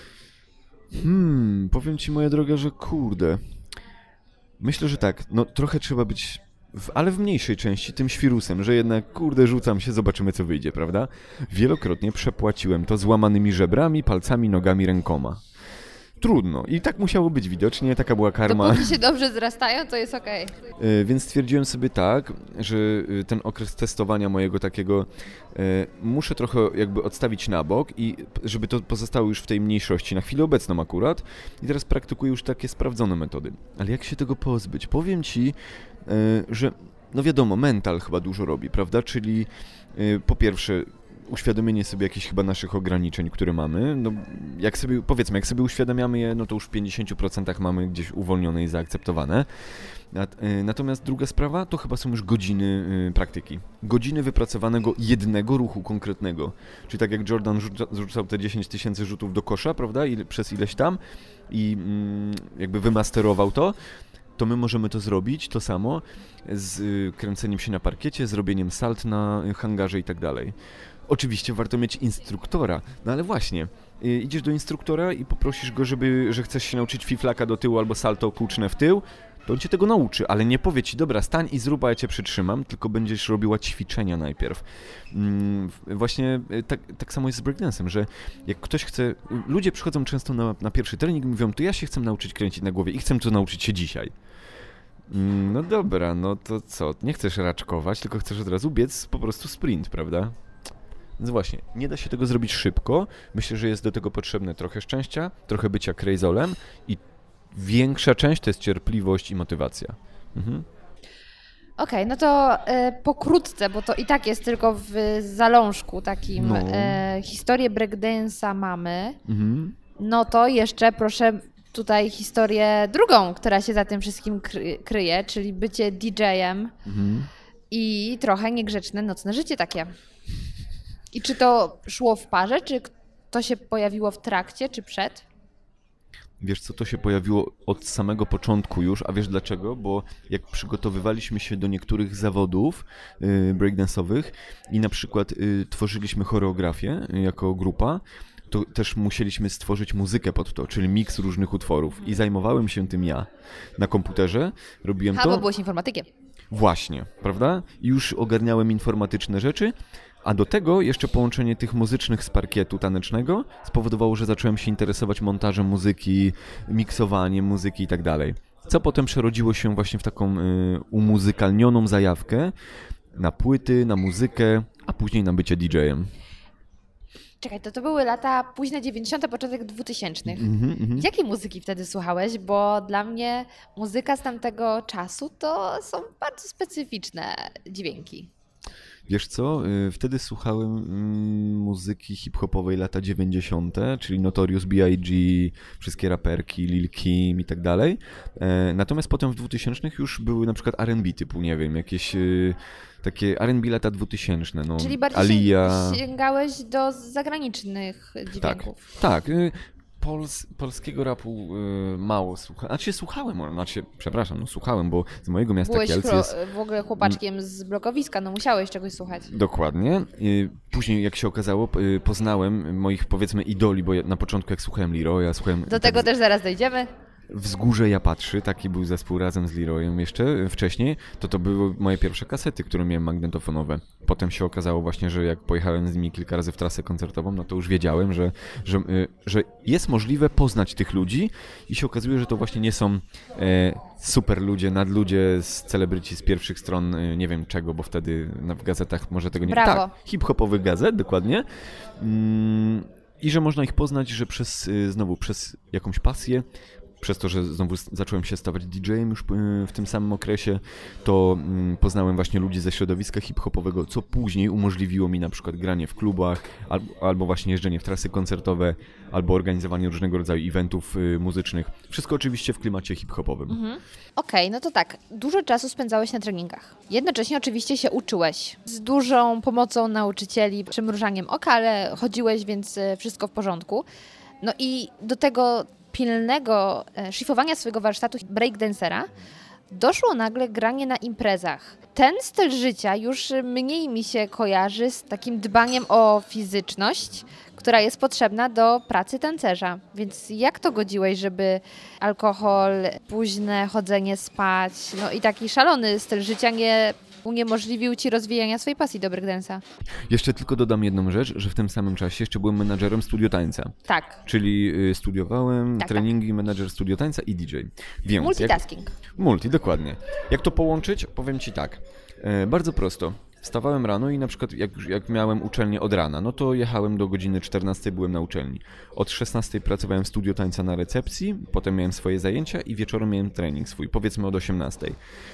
Powiem ci, moja droga, że kurde. Myślę, że tak, no trochę trzeba być, ale w mniejszej części tym świrusem, że jednak kurde rzucam się, zobaczymy co wyjdzie, prawda? Wielokrotnie przepłaciłem to złamanymi żebrami, palcami, nogami, rękoma. Trudno. I tak musiało być widocznie, taka była karma. Dopóki się dobrze zrastają, to jest okej. Więc stwierdziłem sobie tak, że ten okres testowania mojego takiego muszę trochę jakby odstawić na bok i żeby to pozostało już w tej mniejszości, na chwilę obecną akurat. I teraz praktykuję już takie sprawdzone metody. Ale jak się tego pozbyć? Powiem ci, że no wiadomo, mental chyba dużo robi, prawda? Czyli po pierwsze uświadomienie sobie jakichś chyba naszych ograniczeń, które mamy. No, jak sobie uświadamiamy je, no to już w 50% mamy gdzieś uwolnione i zaakceptowane. Natomiast druga sprawa to chyba są już godziny praktyki. Godziny wypracowanego jednego ruchu konkretnego. Czyli tak jak Jordan rzucał te 10 000 rzutów do kosza, prawda, przez ileś tam i jakby wymasterował to my możemy to zrobić, to samo, z kręceniem się na parkiecie, zrobieniem salt na hangarze i tak dalej. Oczywiście warto mieć instruktora, no ale właśnie, idziesz do instruktora i poprosisz go, że chcesz się nauczyć fiflaka do tyłu albo salto kłuczne w tył, to on cię tego nauczy, ale nie powie ci, dobra, stań i zrób, a ja cię przytrzymam, tylko będziesz robiła ćwiczenia najpierw. Właśnie tak samo jest z breakdance'em, że jak ktoś chce, ludzie przychodzą często na pierwszy trening i mówią, to ja się chcę nauczyć kręcić na głowie i chcę to nauczyć się dzisiaj. No dobra, no to co, nie chcesz raczkować, tylko chcesz od razu biec po prostu sprint, prawda? Więc właśnie, nie da się tego zrobić szybko. Myślę, że jest do tego potrzebne trochę szczęścia, trochę bycia crazolem i większa część to jest cierpliwość i motywacja. Okej, no to pokrótce, bo to i tak jest tylko w zalążku takim. Historię breakdance'a mamy. No to jeszcze proszę tutaj historię drugą, która się za tym wszystkim kryje, czyli bycie DJ-em i trochę niegrzeczne nocne życie takie. I czy to szło w parze, czy to się pojawiło w trakcie, czy przed? Wiesz co, to się pojawiło od samego początku już, a wiesz dlaczego? Bo jak przygotowywaliśmy się do niektórych zawodów breakdance'owych i na przykład tworzyliśmy choreografię jako grupa, to też musieliśmy stworzyć muzykę pod to, czyli miks różnych utworów i zajmowałem się tym ja na komputerze, robiłem to... bo byłeś informatykiem. Właśnie, prawda? I już ogarniałem informatyczne rzeczy, a do tego jeszcze połączenie tych muzycznych z parkietu tanecznego spowodowało, że zacząłem się interesować montażem muzyki, miksowaniem muzyki i tak dalej. Co potem przerodziło się właśnie w taką umuzykalnioną zajawkę na płyty, na muzykę, a później na bycie DJ-em. Czekaj, to były lata późne 90., początek 2000. Jakiej muzyki wtedy słuchałeś? Bo dla mnie muzyka z tamtego czasu to są bardzo specyficzne dźwięki. Wiesz co, wtedy słuchałem muzyki hip-hopowej lata 90., czyli Notorious B.I.G., wszystkie raperki, Lil Kim i tak dalej. Natomiast potem w 2000 już były na przykład R&B typu, nie wiem, jakieś takie R&B lata 2000, no. Czyli bardziej Aaliyah. sięgałeś do zagranicznych dźwięków. Tak. polskiego rapu mało słuchałem. Słuchałem, słuchałem, bo z mojego miasta Byłeś Kielc jest... w ogóle chłopaczkiem z blokowiska, no musiałeś czegoś słuchać. Dokładnie. Później, jak się okazało, poznałem moich, powiedzmy, idoli, bo ja na początku, jak słuchałem Leroya, Do tego też zaraz dojdziemy. Wzgórze Ja Patrzy, taki był zespół razem z Leroyem jeszcze wcześniej, to były moje pierwsze kasety, które miałem magnetofonowe. Potem się okazało właśnie, że jak pojechałem z nimi kilka razy w trasę koncertową, no to już wiedziałem, że jest możliwe poznać tych ludzi i się okazuje, że to właśnie nie są super ludzie, nadludzie z celebryci z pierwszych stron, nie wiem czego, bo wtedy w gazetach może tego nie... Brawo. Tak, hip-hopowych gazet, dokładnie. I że można ich poznać, że przez jakąś pasję, przez to, że znowu zacząłem się stawać DJ-em już w tym samym okresie, to poznałem właśnie ludzi ze środowiska hip-hopowego, co później umożliwiło mi na przykład granie w klubach, albo właśnie jeżdżenie w trasy koncertowe, albo organizowanie różnego rodzaju eventów muzycznych. Wszystko oczywiście w klimacie hip-hopowym. Okej, no to tak, dużo czasu spędzałeś na treningach. Jednocześnie oczywiście się uczyłeś. Z dużą pomocą nauczycieli, przymrużaniem oka, ale chodziłeś, więc wszystko w porządku. No i do tego pilnego szlifowania swojego warsztatu breakdancera doszło nagle granie na imprezach. Ten styl życia już mniej mi się kojarzy z takim dbaniem o fizyczność, która jest potrzebna do pracy tancerza. Więc jak to godziłeś, żeby alkohol, późne chodzenie spać, no i taki szalony styl życia nie uniemożliwił ci rozwijania swojej pasji do breakdance'a? Jeszcze tylko dodam jedną rzecz, że w tym samym czasie jeszcze byłem menadżerem studio tańca. Tak. Czyli studiowałem Tak, treningi, menadżer studio tańca i DJ. Więc Multitasking. Dokładnie. Jak to połączyć? Powiem ci tak. Bardzo prosto. Wstawałem rano i na przykład jak miałem uczelnię od rana, no to jechałem do godziny 14, byłem na uczelni. Od 16 pracowałem w studio tańca na recepcji, potem miałem swoje zajęcia i wieczorem miałem trening swój, powiedzmy od 18.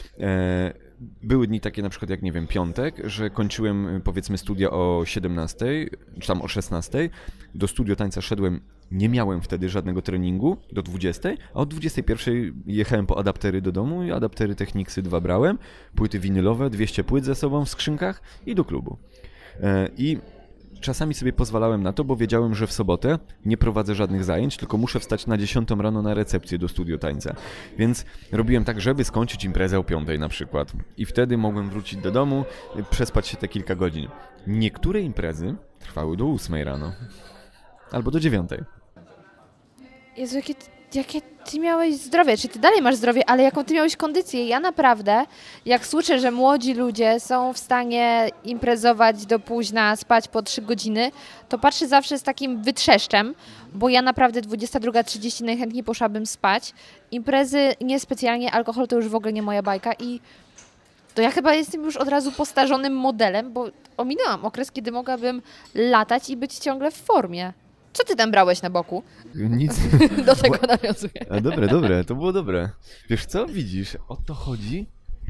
Były dni takie na przykład jak, nie wiem, piątek, że kończyłem powiedzmy studia o 17, czy tam o 16. Do studio tańca szedłem, nie miałem wtedy żadnego treningu do 20, a od 21 jechałem po adaptery do domu i adaptery Technicsy 2 brałem, płyty winylowe, 200 płyt ze sobą w skrzynkach i do klubu. I czasami sobie pozwalałem na to, bo wiedziałem, że w sobotę nie prowadzę żadnych zajęć, tylko muszę wstać na 10 rano na recepcję do studio tańca. Więc robiłem tak, żeby skończyć imprezę o 5 na przykład. I wtedy mogłem wrócić do domu, przespać się te kilka godzin. Niektóre imprezy trwały do 8 rano. Albo do 9. Jezu, jakie ty miałeś zdrowie, czy ty dalej masz zdrowie, ale jaką ty miałeś kondycję. Ja naprawdę, jak słyszę, że młodzi ludzie są w stanie imprezować do późna, spać po 3 godziny, to patrzę zawsze z takim wytrzeszczem, bo ja naprawdę 22:30 najchętniej poszłabym spać. Imprezy niespecjalnie, alkohol to już w ogóle nie moja bajka i to ja chyba jestem już od razu postarzonym modelem, bo ominęłam okres, kiedy mogłabym latać i być ciągle w formie. Co ty tam brałeś na boku? Nic. Do tego nawiązuję. A dobre, to było dobre. Wiesz co, widzisz, o to chodzi.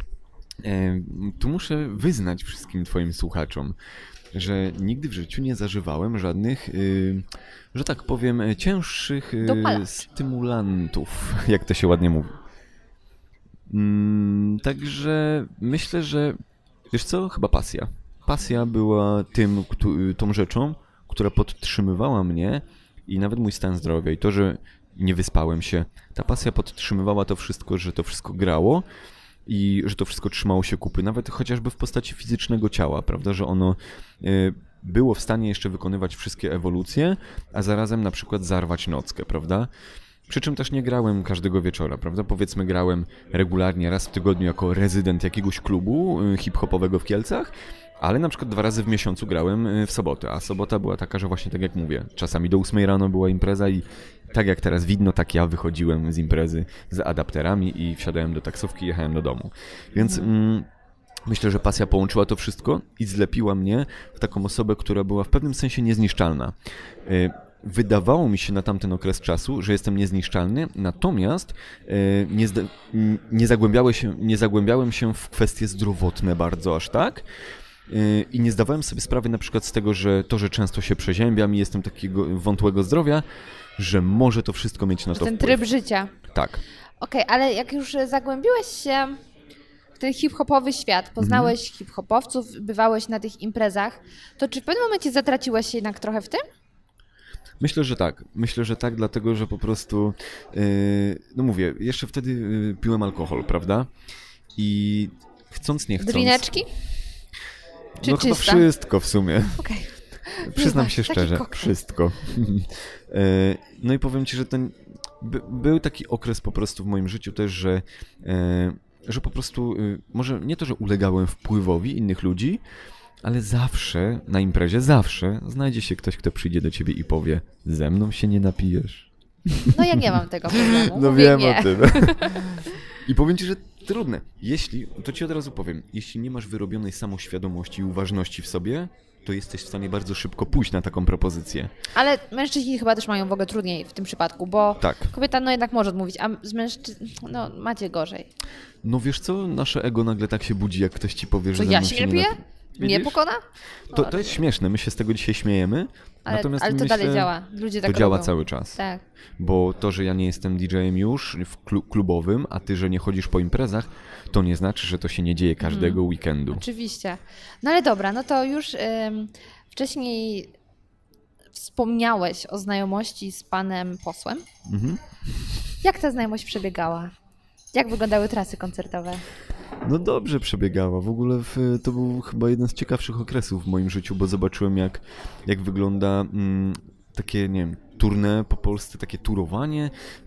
Tu muszę wyznać wszystkim twoim słuchaczom, że nigdy w życiu nie zażywałem żadnych, że tak powiem, cięższych stymulantów, jak to się ładnie mówi. Także myślę, że wiesz co, chyba pasja. Pasja była tą rzeczą, która podtrzymywała mnie i nawet mój stan zdrowia i to, że nie wyspałem się. Ta pasja podtrzymywała to wszystko, że to wszystko grało i że to wszystko trzymało się kupy, nawet chociażby w postaci fizycznego ciała, prawda, że ono było w stanie jeszcze wykonywać wszystkie ewolucje, a zarazem na przykład zarwać nockę, prawda? Przy czym też nie grałem każdego wieczora, prawda? Powiedzmy grałem regularnie raz w tygodniu jako rezydent jakiegoś klubu hip-hopowego w Kielcach, ale na przykład 2 razy w miesiącu grałem w sobotę, a sobota była taka, że właśnie tak jak mówię, czasami do 8 rano była impreza i tak jak teraz widno, tak ja wychodziłem z imprezy z adapterami i wsiadałem do taksówki i jechałem do domu. Więc myślę, że pasja połączyła to wszystko i zlepiła mnie w taką osobę, która była w pewnym sensie niezniszczalna. Wydawało mi się na tamten okres czasu, że jestem niezniszczalny, natomiast nie zagłębiałem się w kwestie zdrowotne bardzo aż tak. I nie zdawałem sobie sprawy na przykład z tego, że często się przeziębiam i jestem takiego wątłego zdrowia, że może to wszystko mieć na to ten wpływ. tryb życia. Tak. Okej, ale jak już zagłębiłeś się w ten hip-hopowy świat, poznałeś hip-hopowców, bywałeś na tych imprezach, to czy w pewnym momencie zatraciłeś się jednak trochę w tym? Myślę, że tak, dlatego, że po prostu, no mówię, jeszcze wtedy piłem alkohol, prawda? I chcąc, nie chcąc... Drineczki? Czy no chyba czysta? wszystko w sumie. Okej. Przyznam Taki się szczerze, koktajl. wszystko. No i powiem ci, że był taki okres po prostu w moim życiu też, że po prostu, może nie to, że ulegałem wpływowi innych ludzi, ale zawsze, na imprezie, znajdzie się ktoś, kto przyjdzie do ciebie i powie, ze mną się nie napijesz. No ja nie mam tego problemu. No Mówię wiem nie. o tym. I powiem ci, że trudne. To ci od razu powiem, jeśli nie masz wyrobionej samoświadomości i uważności w sobie, to jesteś w stanie bardzo szybko pójść na taką propozycję. Ale mężczyźni chyba też mają w ogóle trudniej w tym przypadku, bo Tak. kobieta no jednak może odmówić, a z mężczyzn no macie gorzej. No wiesz co, nasze ego nagle tak się budzi, jak ktoś ci powie, że Co, ze ja mną się nie napiję? napi- Nie Widzisz? pokona? To jest śmieszne, my się z tego dzisiaj śmiejemy, Ale natomiast to myślę, dalej działa. Ludzie tak to działa robią. cały czas. Tak. Bo to, że ja nie jestem DJ-em już w klubowym, a ty, że nie chodzisz po imprezach, to nie znaczy, że to się nie dzieje każdego weekendu. Oczywiście. No ale dobra, no to już wcześniej wspomniałeś o znajomości z panem posłem. Mhm. Jak ta znajomość przebiegała? Jak wyglądały trasy koncertowe? No dobrze przebiegała. W ogóle to był chyba jeden z ciekawszych okresów w moim życiu, bo zobaczyłem jak wygląda takie, nie wiem, tournée po Polsce, takie turowanie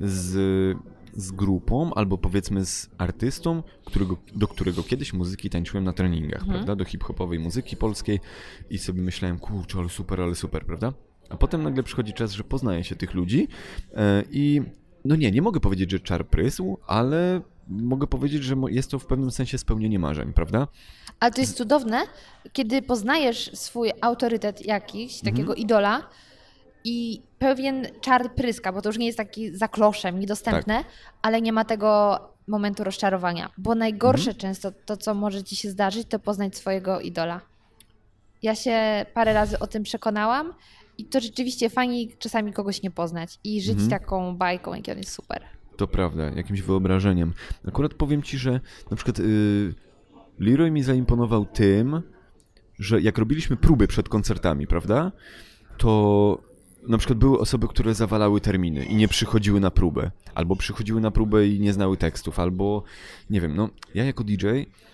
z grupą albo powiedzmy z artystą, do którego kiedyś muzyki tańczyłem na treningach, prawda? Do hip-hopowej muzyki polskiej i sobie myślałem, kurczę, ale super, prawda? A potem nagle przychodzi czas, że poznaje się tych ludzi i no nie mogę powiedzieć, że czar prysł, ale mogę powiedzieć, że jest to w pewnym sensie spełnienie marzeń, prawda? Ale to jest cudowne, kiedy poznajesz swój autorytet jakiś, takiego idola i pewien czar pryska, bo to już nie jest taki za kloszem, niedostępne, ale nie ma tego momentu rozczarowania. Bo najgorsze często to, co może ci się zdarzyć, to poznać swojego idola. Ja się parę razy o tym przekonałam i to rzeczywiście fajnie czasami kogoś nie poznać i żyć taką bajką, jak on jest super. To prawda, jakimś wyobrażeniem. Akurat powiem ci, że na przykład Leroy mi zaimponował tym, że jak robiliśmy próby przed koncertami, prawda, to na przykład były osoby, które zawalały terminy i nie przychodziły na próbę, albo przychodziły na próbę i nie znały tekstów, albo nie wiem, no ja jako DJ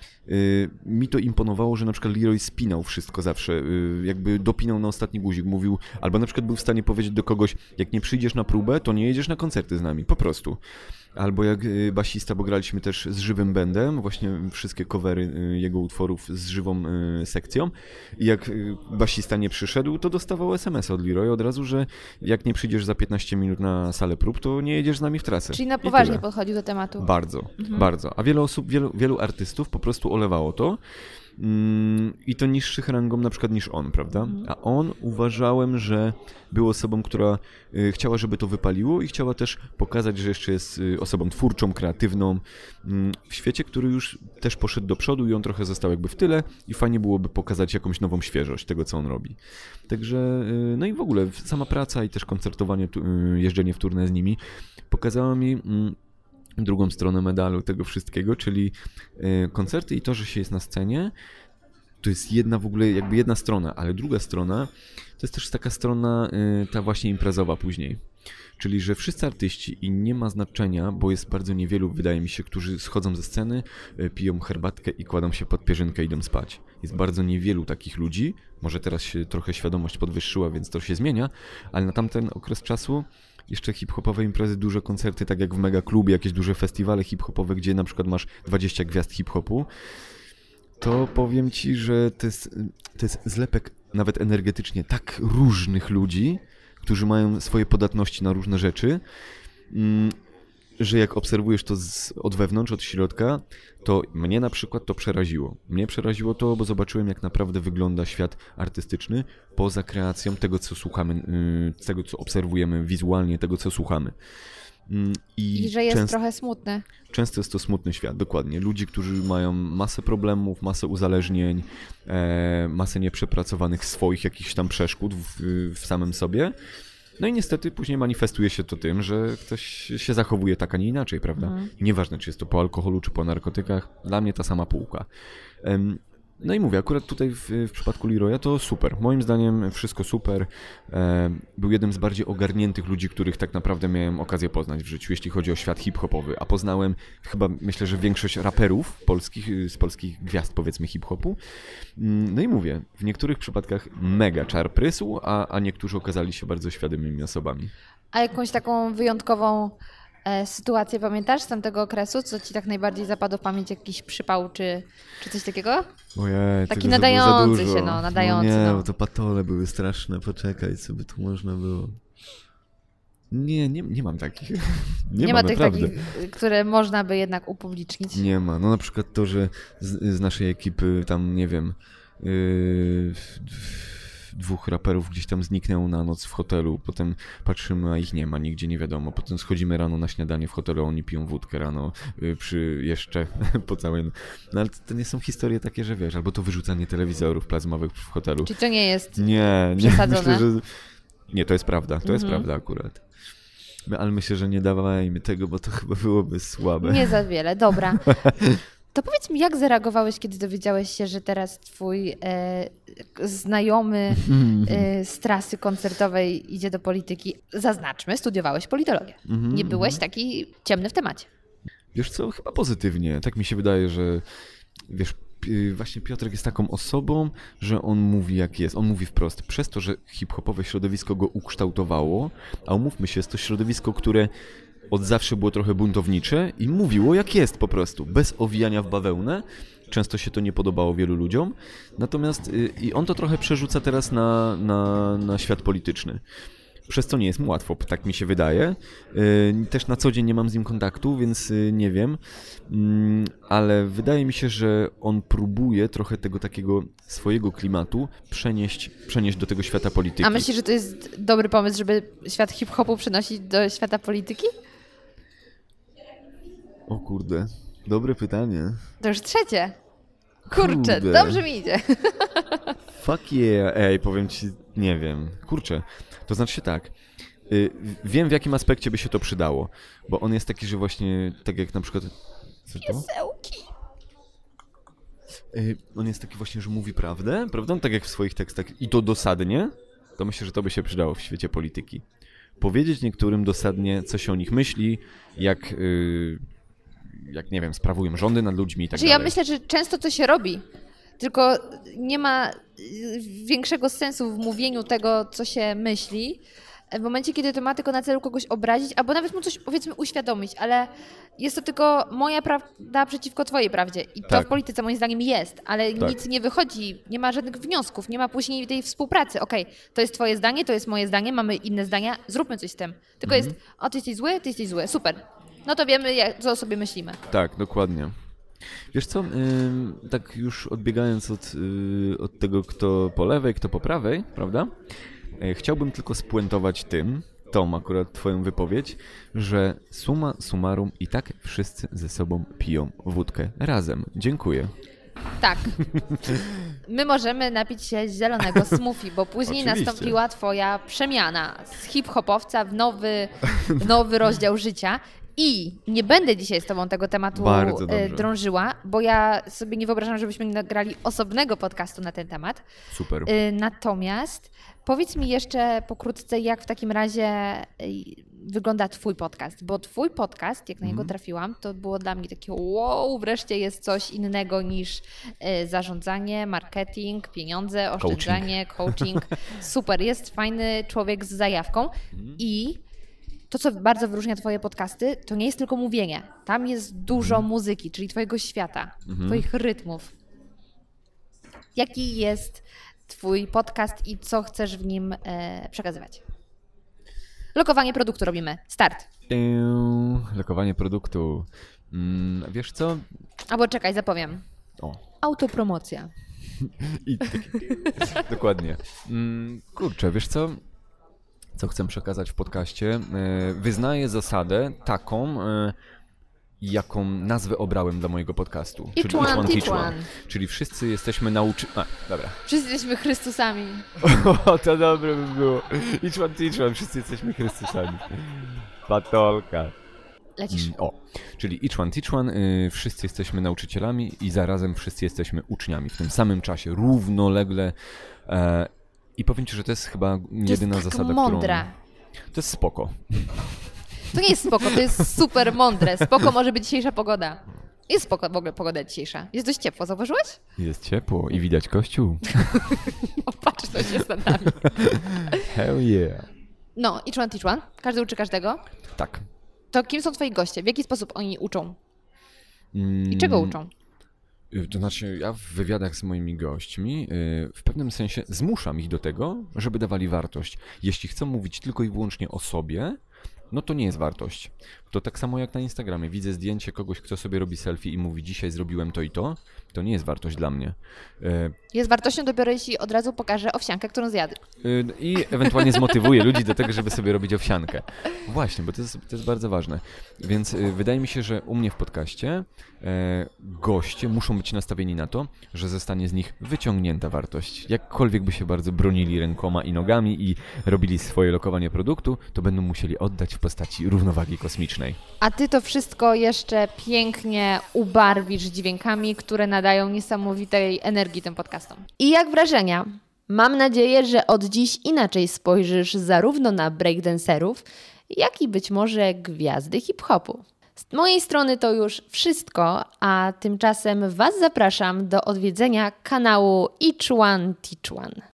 mi to imponowało, że na przykład Leroy spinał wszystko zawsze, jakby dopinał na ostatni guzik, mówił, albo na przykład był w stanie powiedzieć do kogoś, jak nie przyjdziesz na próbę, to nie jedziesz na koncerty z nami, po prostu. Albo jak basista, bo graliśmy też z żywym bandem, właśnie wszystkie covery jego utworów z żywą sekcją i jak basista nie przyszedł, to dostawał SMS od Leroy od razu, że jak nie przyjdziesz za 15 minut na salę prób, to nie jedziesz z nami w trasę. Czyli na I poważnie tyle. podchodził do tematu. Bardzo. A wiele osób, wielu artystów po prostu olewało to i to niższych rangą na przykład niż on, prawda? A on uważałem, że był osobą, która chciała, żeby to wypaliło i chciała też pokazać, że jeszcze jest osobą twórczą, kreatywną w świecie, który już też poszedł do przodu i on trochę został jakby w tyle i fajnie byłoby pokazać jakąś nową świeżość tego, co on robi. Także, no i w ogóle sama praca i też koncertowanie, jeżdżenie w tournée z nimi pokazała mi drugą stronę medalu tego wszystkiego, czyli koncerty i to, że się jest na scenie, to jest jedna strona, ale druga strona to jest też taka strona ta właśnie imprezowa później. Czyli, że wszyscy artyści i nie ma znaczenia, bo jest bardzo niewielu, wydaje mi się, którzy schodzą ze sceny, piją herbatkę i kładą się pod pierzynkę i idą spać. Jest bardzo niewielu takich ludzi, może teraz się trochę świadomość podwyższyła, więc to się zmienia, ale na tamten okres czasu jeszcze hip-hopowe imprezy, duże koncerty, tak jak w Mega Klubie, jakieś duże festiwale hip-hopowe, gdzie na przykład masz 20 gwiazd hip-hopu, to powiem ci, że to jest zlepek nawet energetycznie tak różnych ludzi, którzy mają swoje podatności na różne rzeczy, że jak obserwujesz to od wewnątrz, od środka, to mnie na przykład to przeraziło. Mnie przeraziło to, bo zobaczyłem, jak naprawdę wygląda świat artystyczny poza kreacją tego, co słuchamy, tego, co obserwujemy wizualnie, tego, co słuchamy. I że jest trochę smutny. Często jest to smutny świat, dokładnie. Ludzi, którzy mają masę problemów, masę uzależnień, masę nieprzepracowanych swoich jakichś tam przeszkód w samym sobie. No i niestety później manifestuje się to tym, że ktoś się zachowuje tak, a nie inaczej, prawda? Nieważne, czy jest to po alkoholu, czy po narkotykach, dla mnie ta sama półka. No i mówię, akurat tutaj w przypadku Leroya to super. Moim zdaniem wszystko super. Był jednym z bardziej ogarniętych ludzi, których tak naprawdę miałem okazję poznać w życiu, jeśli chodzi o świat hip-hopowy. A poznałem chyba, myślę, że większość raperów polskich, z polskich gwiazd, powiedzmy, hip-hopu. No i mówię, w niektórych przypadkach mega czar prysł, a niektórzy okazali się bardzo świadomymi osobami. A jakąś taką wyjątkową sytuację pamiętasz z tamtego okresu? Co ci tak najbardziej zapadło w pamięć? Jakiś przypał czy coś takiego? Ojej, Taki tego nadający za dużo. się, nadający. No nie, no. bo to patole były straszne, poczekaj, co by tu można było. Nie mam takich. Nie ma tych naprawdę. takich, które można by jednak upublicznić. Nie ma. No na przykład to, że z naszej ekipy tam, nie wiem, dwóch raperów gdzieś tam zniknęło na noc w hotelu, potem patrzymy, a ich nie ma, nigdzie nie wiadomo, potem schodzimy rano na śniadanie w hotelu, a oni piją wódkę rano przy jeszcze po całej... No ale to nie są historie takie, że wiesz, albo to wyrzucanie telewizorów plazmowych w hotelu. Czy to nie jest Nie, przesadzone? myślę, że... Nie, to jest prawda, to jest prawda akurat. Ale myślę, że nie dawajmy tego, bo to chyba byłoby słabe. Nie za wiele, dobra. To powiedz mi, jak zareagowałeś, kiedy dowiedziałeś się, że teraz twój znajomy z trasy koncertowej idzie do polityki? Zaznaczmy, studiowałeś politologię. Nie byłeś taki ciemny w temacie. Wiesz co, chyba pozytywnie. Tak mi się wydaje, że wiesz, właśnie Piotrek jest taką osobą, że on mówi jak jest. On mówi wprost. Przez to, że hip-hopowe środowisko go ukształtowało, a umówmy się, jest to środowisko, które od zawsze było trochę buntownicze i mówiło jak jest po prostu, bez owijania w bawełnę. Często się to nie podobało wielu ludziom. Natomiast i on to trochę przerzuca teraz na świat polityczny. Przez co nie jest mu łatwo, tak mi się wydaje. Też na co dzień nie mam z nim kontaktu, więc nie wiem. Ale wydaje mi się, że on próbuje trochę tego takiego swojego klimatu przenieść do tego świata polityki. A myślisz, że to jest dobry pomysł, żeby świat hip-hopu przenosić do świata polityki? O kurde, dobre pytanie. To już trzecie. Kurczę, Kurde. dobrze mi idzie. Fuck yeah, ej, powiem ci, nie wiem. Kurczę, to znaczy się tak. Wiem, w jakim aspekcie by się to przydało, bo on jest taki, że właśnie, tak jak na przykład... Co to? Piesełki. On jest taki właśnie, że mówi prawdę, prawda? Tak jak w swoich tekstach i to dosadnie, to myślę, że to by się przydało w świecie polityki. Powiedzieć niektórym dosadnie, co się o nich myśli, jak nie wiem, sprawują rządy nad ludźmi i tak dalej. Ja myślę, że często to się robi, tylko nie ma większego sensu w mówieniu tego, co się myśli, w momencie, kiedy to ma tylko na celu kogoś obrazić, albo nawet mu coś, powiedzmy, uświadomić, ale jest to tylko moja prawda przeciwko twojej prawdzie. I to Tak. w polityce moim zdaniem jest, ale Tak. nic nie wychodzi, nie ma żadnych wniosków, nie ma później tej współpracy. Okej, to jest twoje zdanie, to jest moje zdanie, mamy inne zdania, zróbmy coś z tym. Tylko jest, o, ty jesteś zły, super. No to wiemy, co o sobie myślimy. Tak, dokładnie. Wiesz co, tak już odbiegając od tego, kto po lewej, kto po prawej, prawda? Chciałbym tylko spuentować tą akurat twoją wypowiedź, że summa summarum i tak wszyscy ze sobą piją wódkę razem. Dziękuję. Tak. My możemy napić się zielonego smoothie, bo później Oczywiście. nastąpiła twoja przemiana z hip-hopowca w nowy rozdział życia. I nie będę dzisiaj z tobą tego tematu Bardzo dobrze. drążyła, bo ja sobie nie wyobrażam, żebyśmy nagrali osobnego podcastu na ten temat. Super. Natomiast powiedz mi jeszcze pokrótce, jak w takim razie wygląda twój podcast, bo twój podcast, jak na niego trafiłam, to było dla mnie takie wow, wreszcie jest coś innego niż zarządzanie, marketing, pieniądze, oszczędzanie, coaching. Super, jest fajny człowiek z zajawką i to, co bardzo wyróżnia twoje podcasty, to nie jest tylko mówienie. Tam jest dużo muzyki, czyli twojego świata, twoich rytmów. Jaki jest twój podcast i co chcesz w nim przekazywać? Lokowanie produktu robimy. Start. Lokowanie produktu. Wiesz co? Albo czekaj, zapowiem. O. Autopromocja. I dokładnie. Kurczę, wiesz co? Co chcę przekazać w podcaście? Wyznaję zasadę taką, jaką nazwę obrałem dla mojego podcastu. Each one, teach one. Czyli wszyscy jesteśmy dobra. Wszyscy jesteśmy Chrystusami. O, to dobre by było. Each one, teach one. Wszyscy jesteśmy Chrystusami. Patolka. Lecisz. Czyli each one, teach one. Wszyscy jesteśmy nauczycielami i zarazem wszyscy jesteśmy uczniami w tym samym czasie, równolegle. I powiem Ci, że to jest chyba jedyna tak zasada, mądre. To jest spoko. To nie jest spoko, to jest super mądre. Spoko może być dzisiejsza pogoda. Jest spoko w ogóle pogoda dzisiejsza. Jest dość ciepło, zauważyłeś? Jest ciepło i widać kościół. O, patrz, to jest nad nami. Hell yeah. No, each one, teach one. Każdy uczy każdego. Tak. To kim są twoi goście? W jaki sposób oni uczą? I czego uczą? To znaczy, ja w wywiadach z moimi gośćmi w pewnym sensie zmuszam ich do tego, żeby dawali wartość. Jeśli chcą mówić tylko i wyłącznie o sobie, no to nie jest wartość. To tak samo jak na Instagramie. Widzę zdjęcie kogoś, kto sobie robi selfie i mówi dzisiaj zrobiłem to i to nie jest wartość dla mnie. Jest wartością dopiero jeśli od razu pokaże owsiankę, którą zjadł. I ewentualnie zmotywuje ludzi do tego, żeby sobie robić owsiankę. Właśnie, bo to jest bardzo ważne. Więc wydaje mi się, że u mnie w podcaście goście muszą być nastawieni na to, że zostanie z nich wyciągnięta wartość. Jakkolwiek by się bardzo bronili rękoma i nogami i robili swoje lokowanie produktu, to będą musieli oddać w postaci równowagi kosmicznej. A ty to wszystko jeszcze pięknie ubarwisz dźwiękami, które nadają niesamowitej energii tym podcastom. I jak wrażenia? Mam nadzieję, że od dziś inaczej spojrzysz zarówno na breakdancerów, jak i być może gwiazdy hip-hopu. Z mojej strony to już wszystko, a tymczasem Was zapraszam do odwiedzenia kanału Each One Teach One.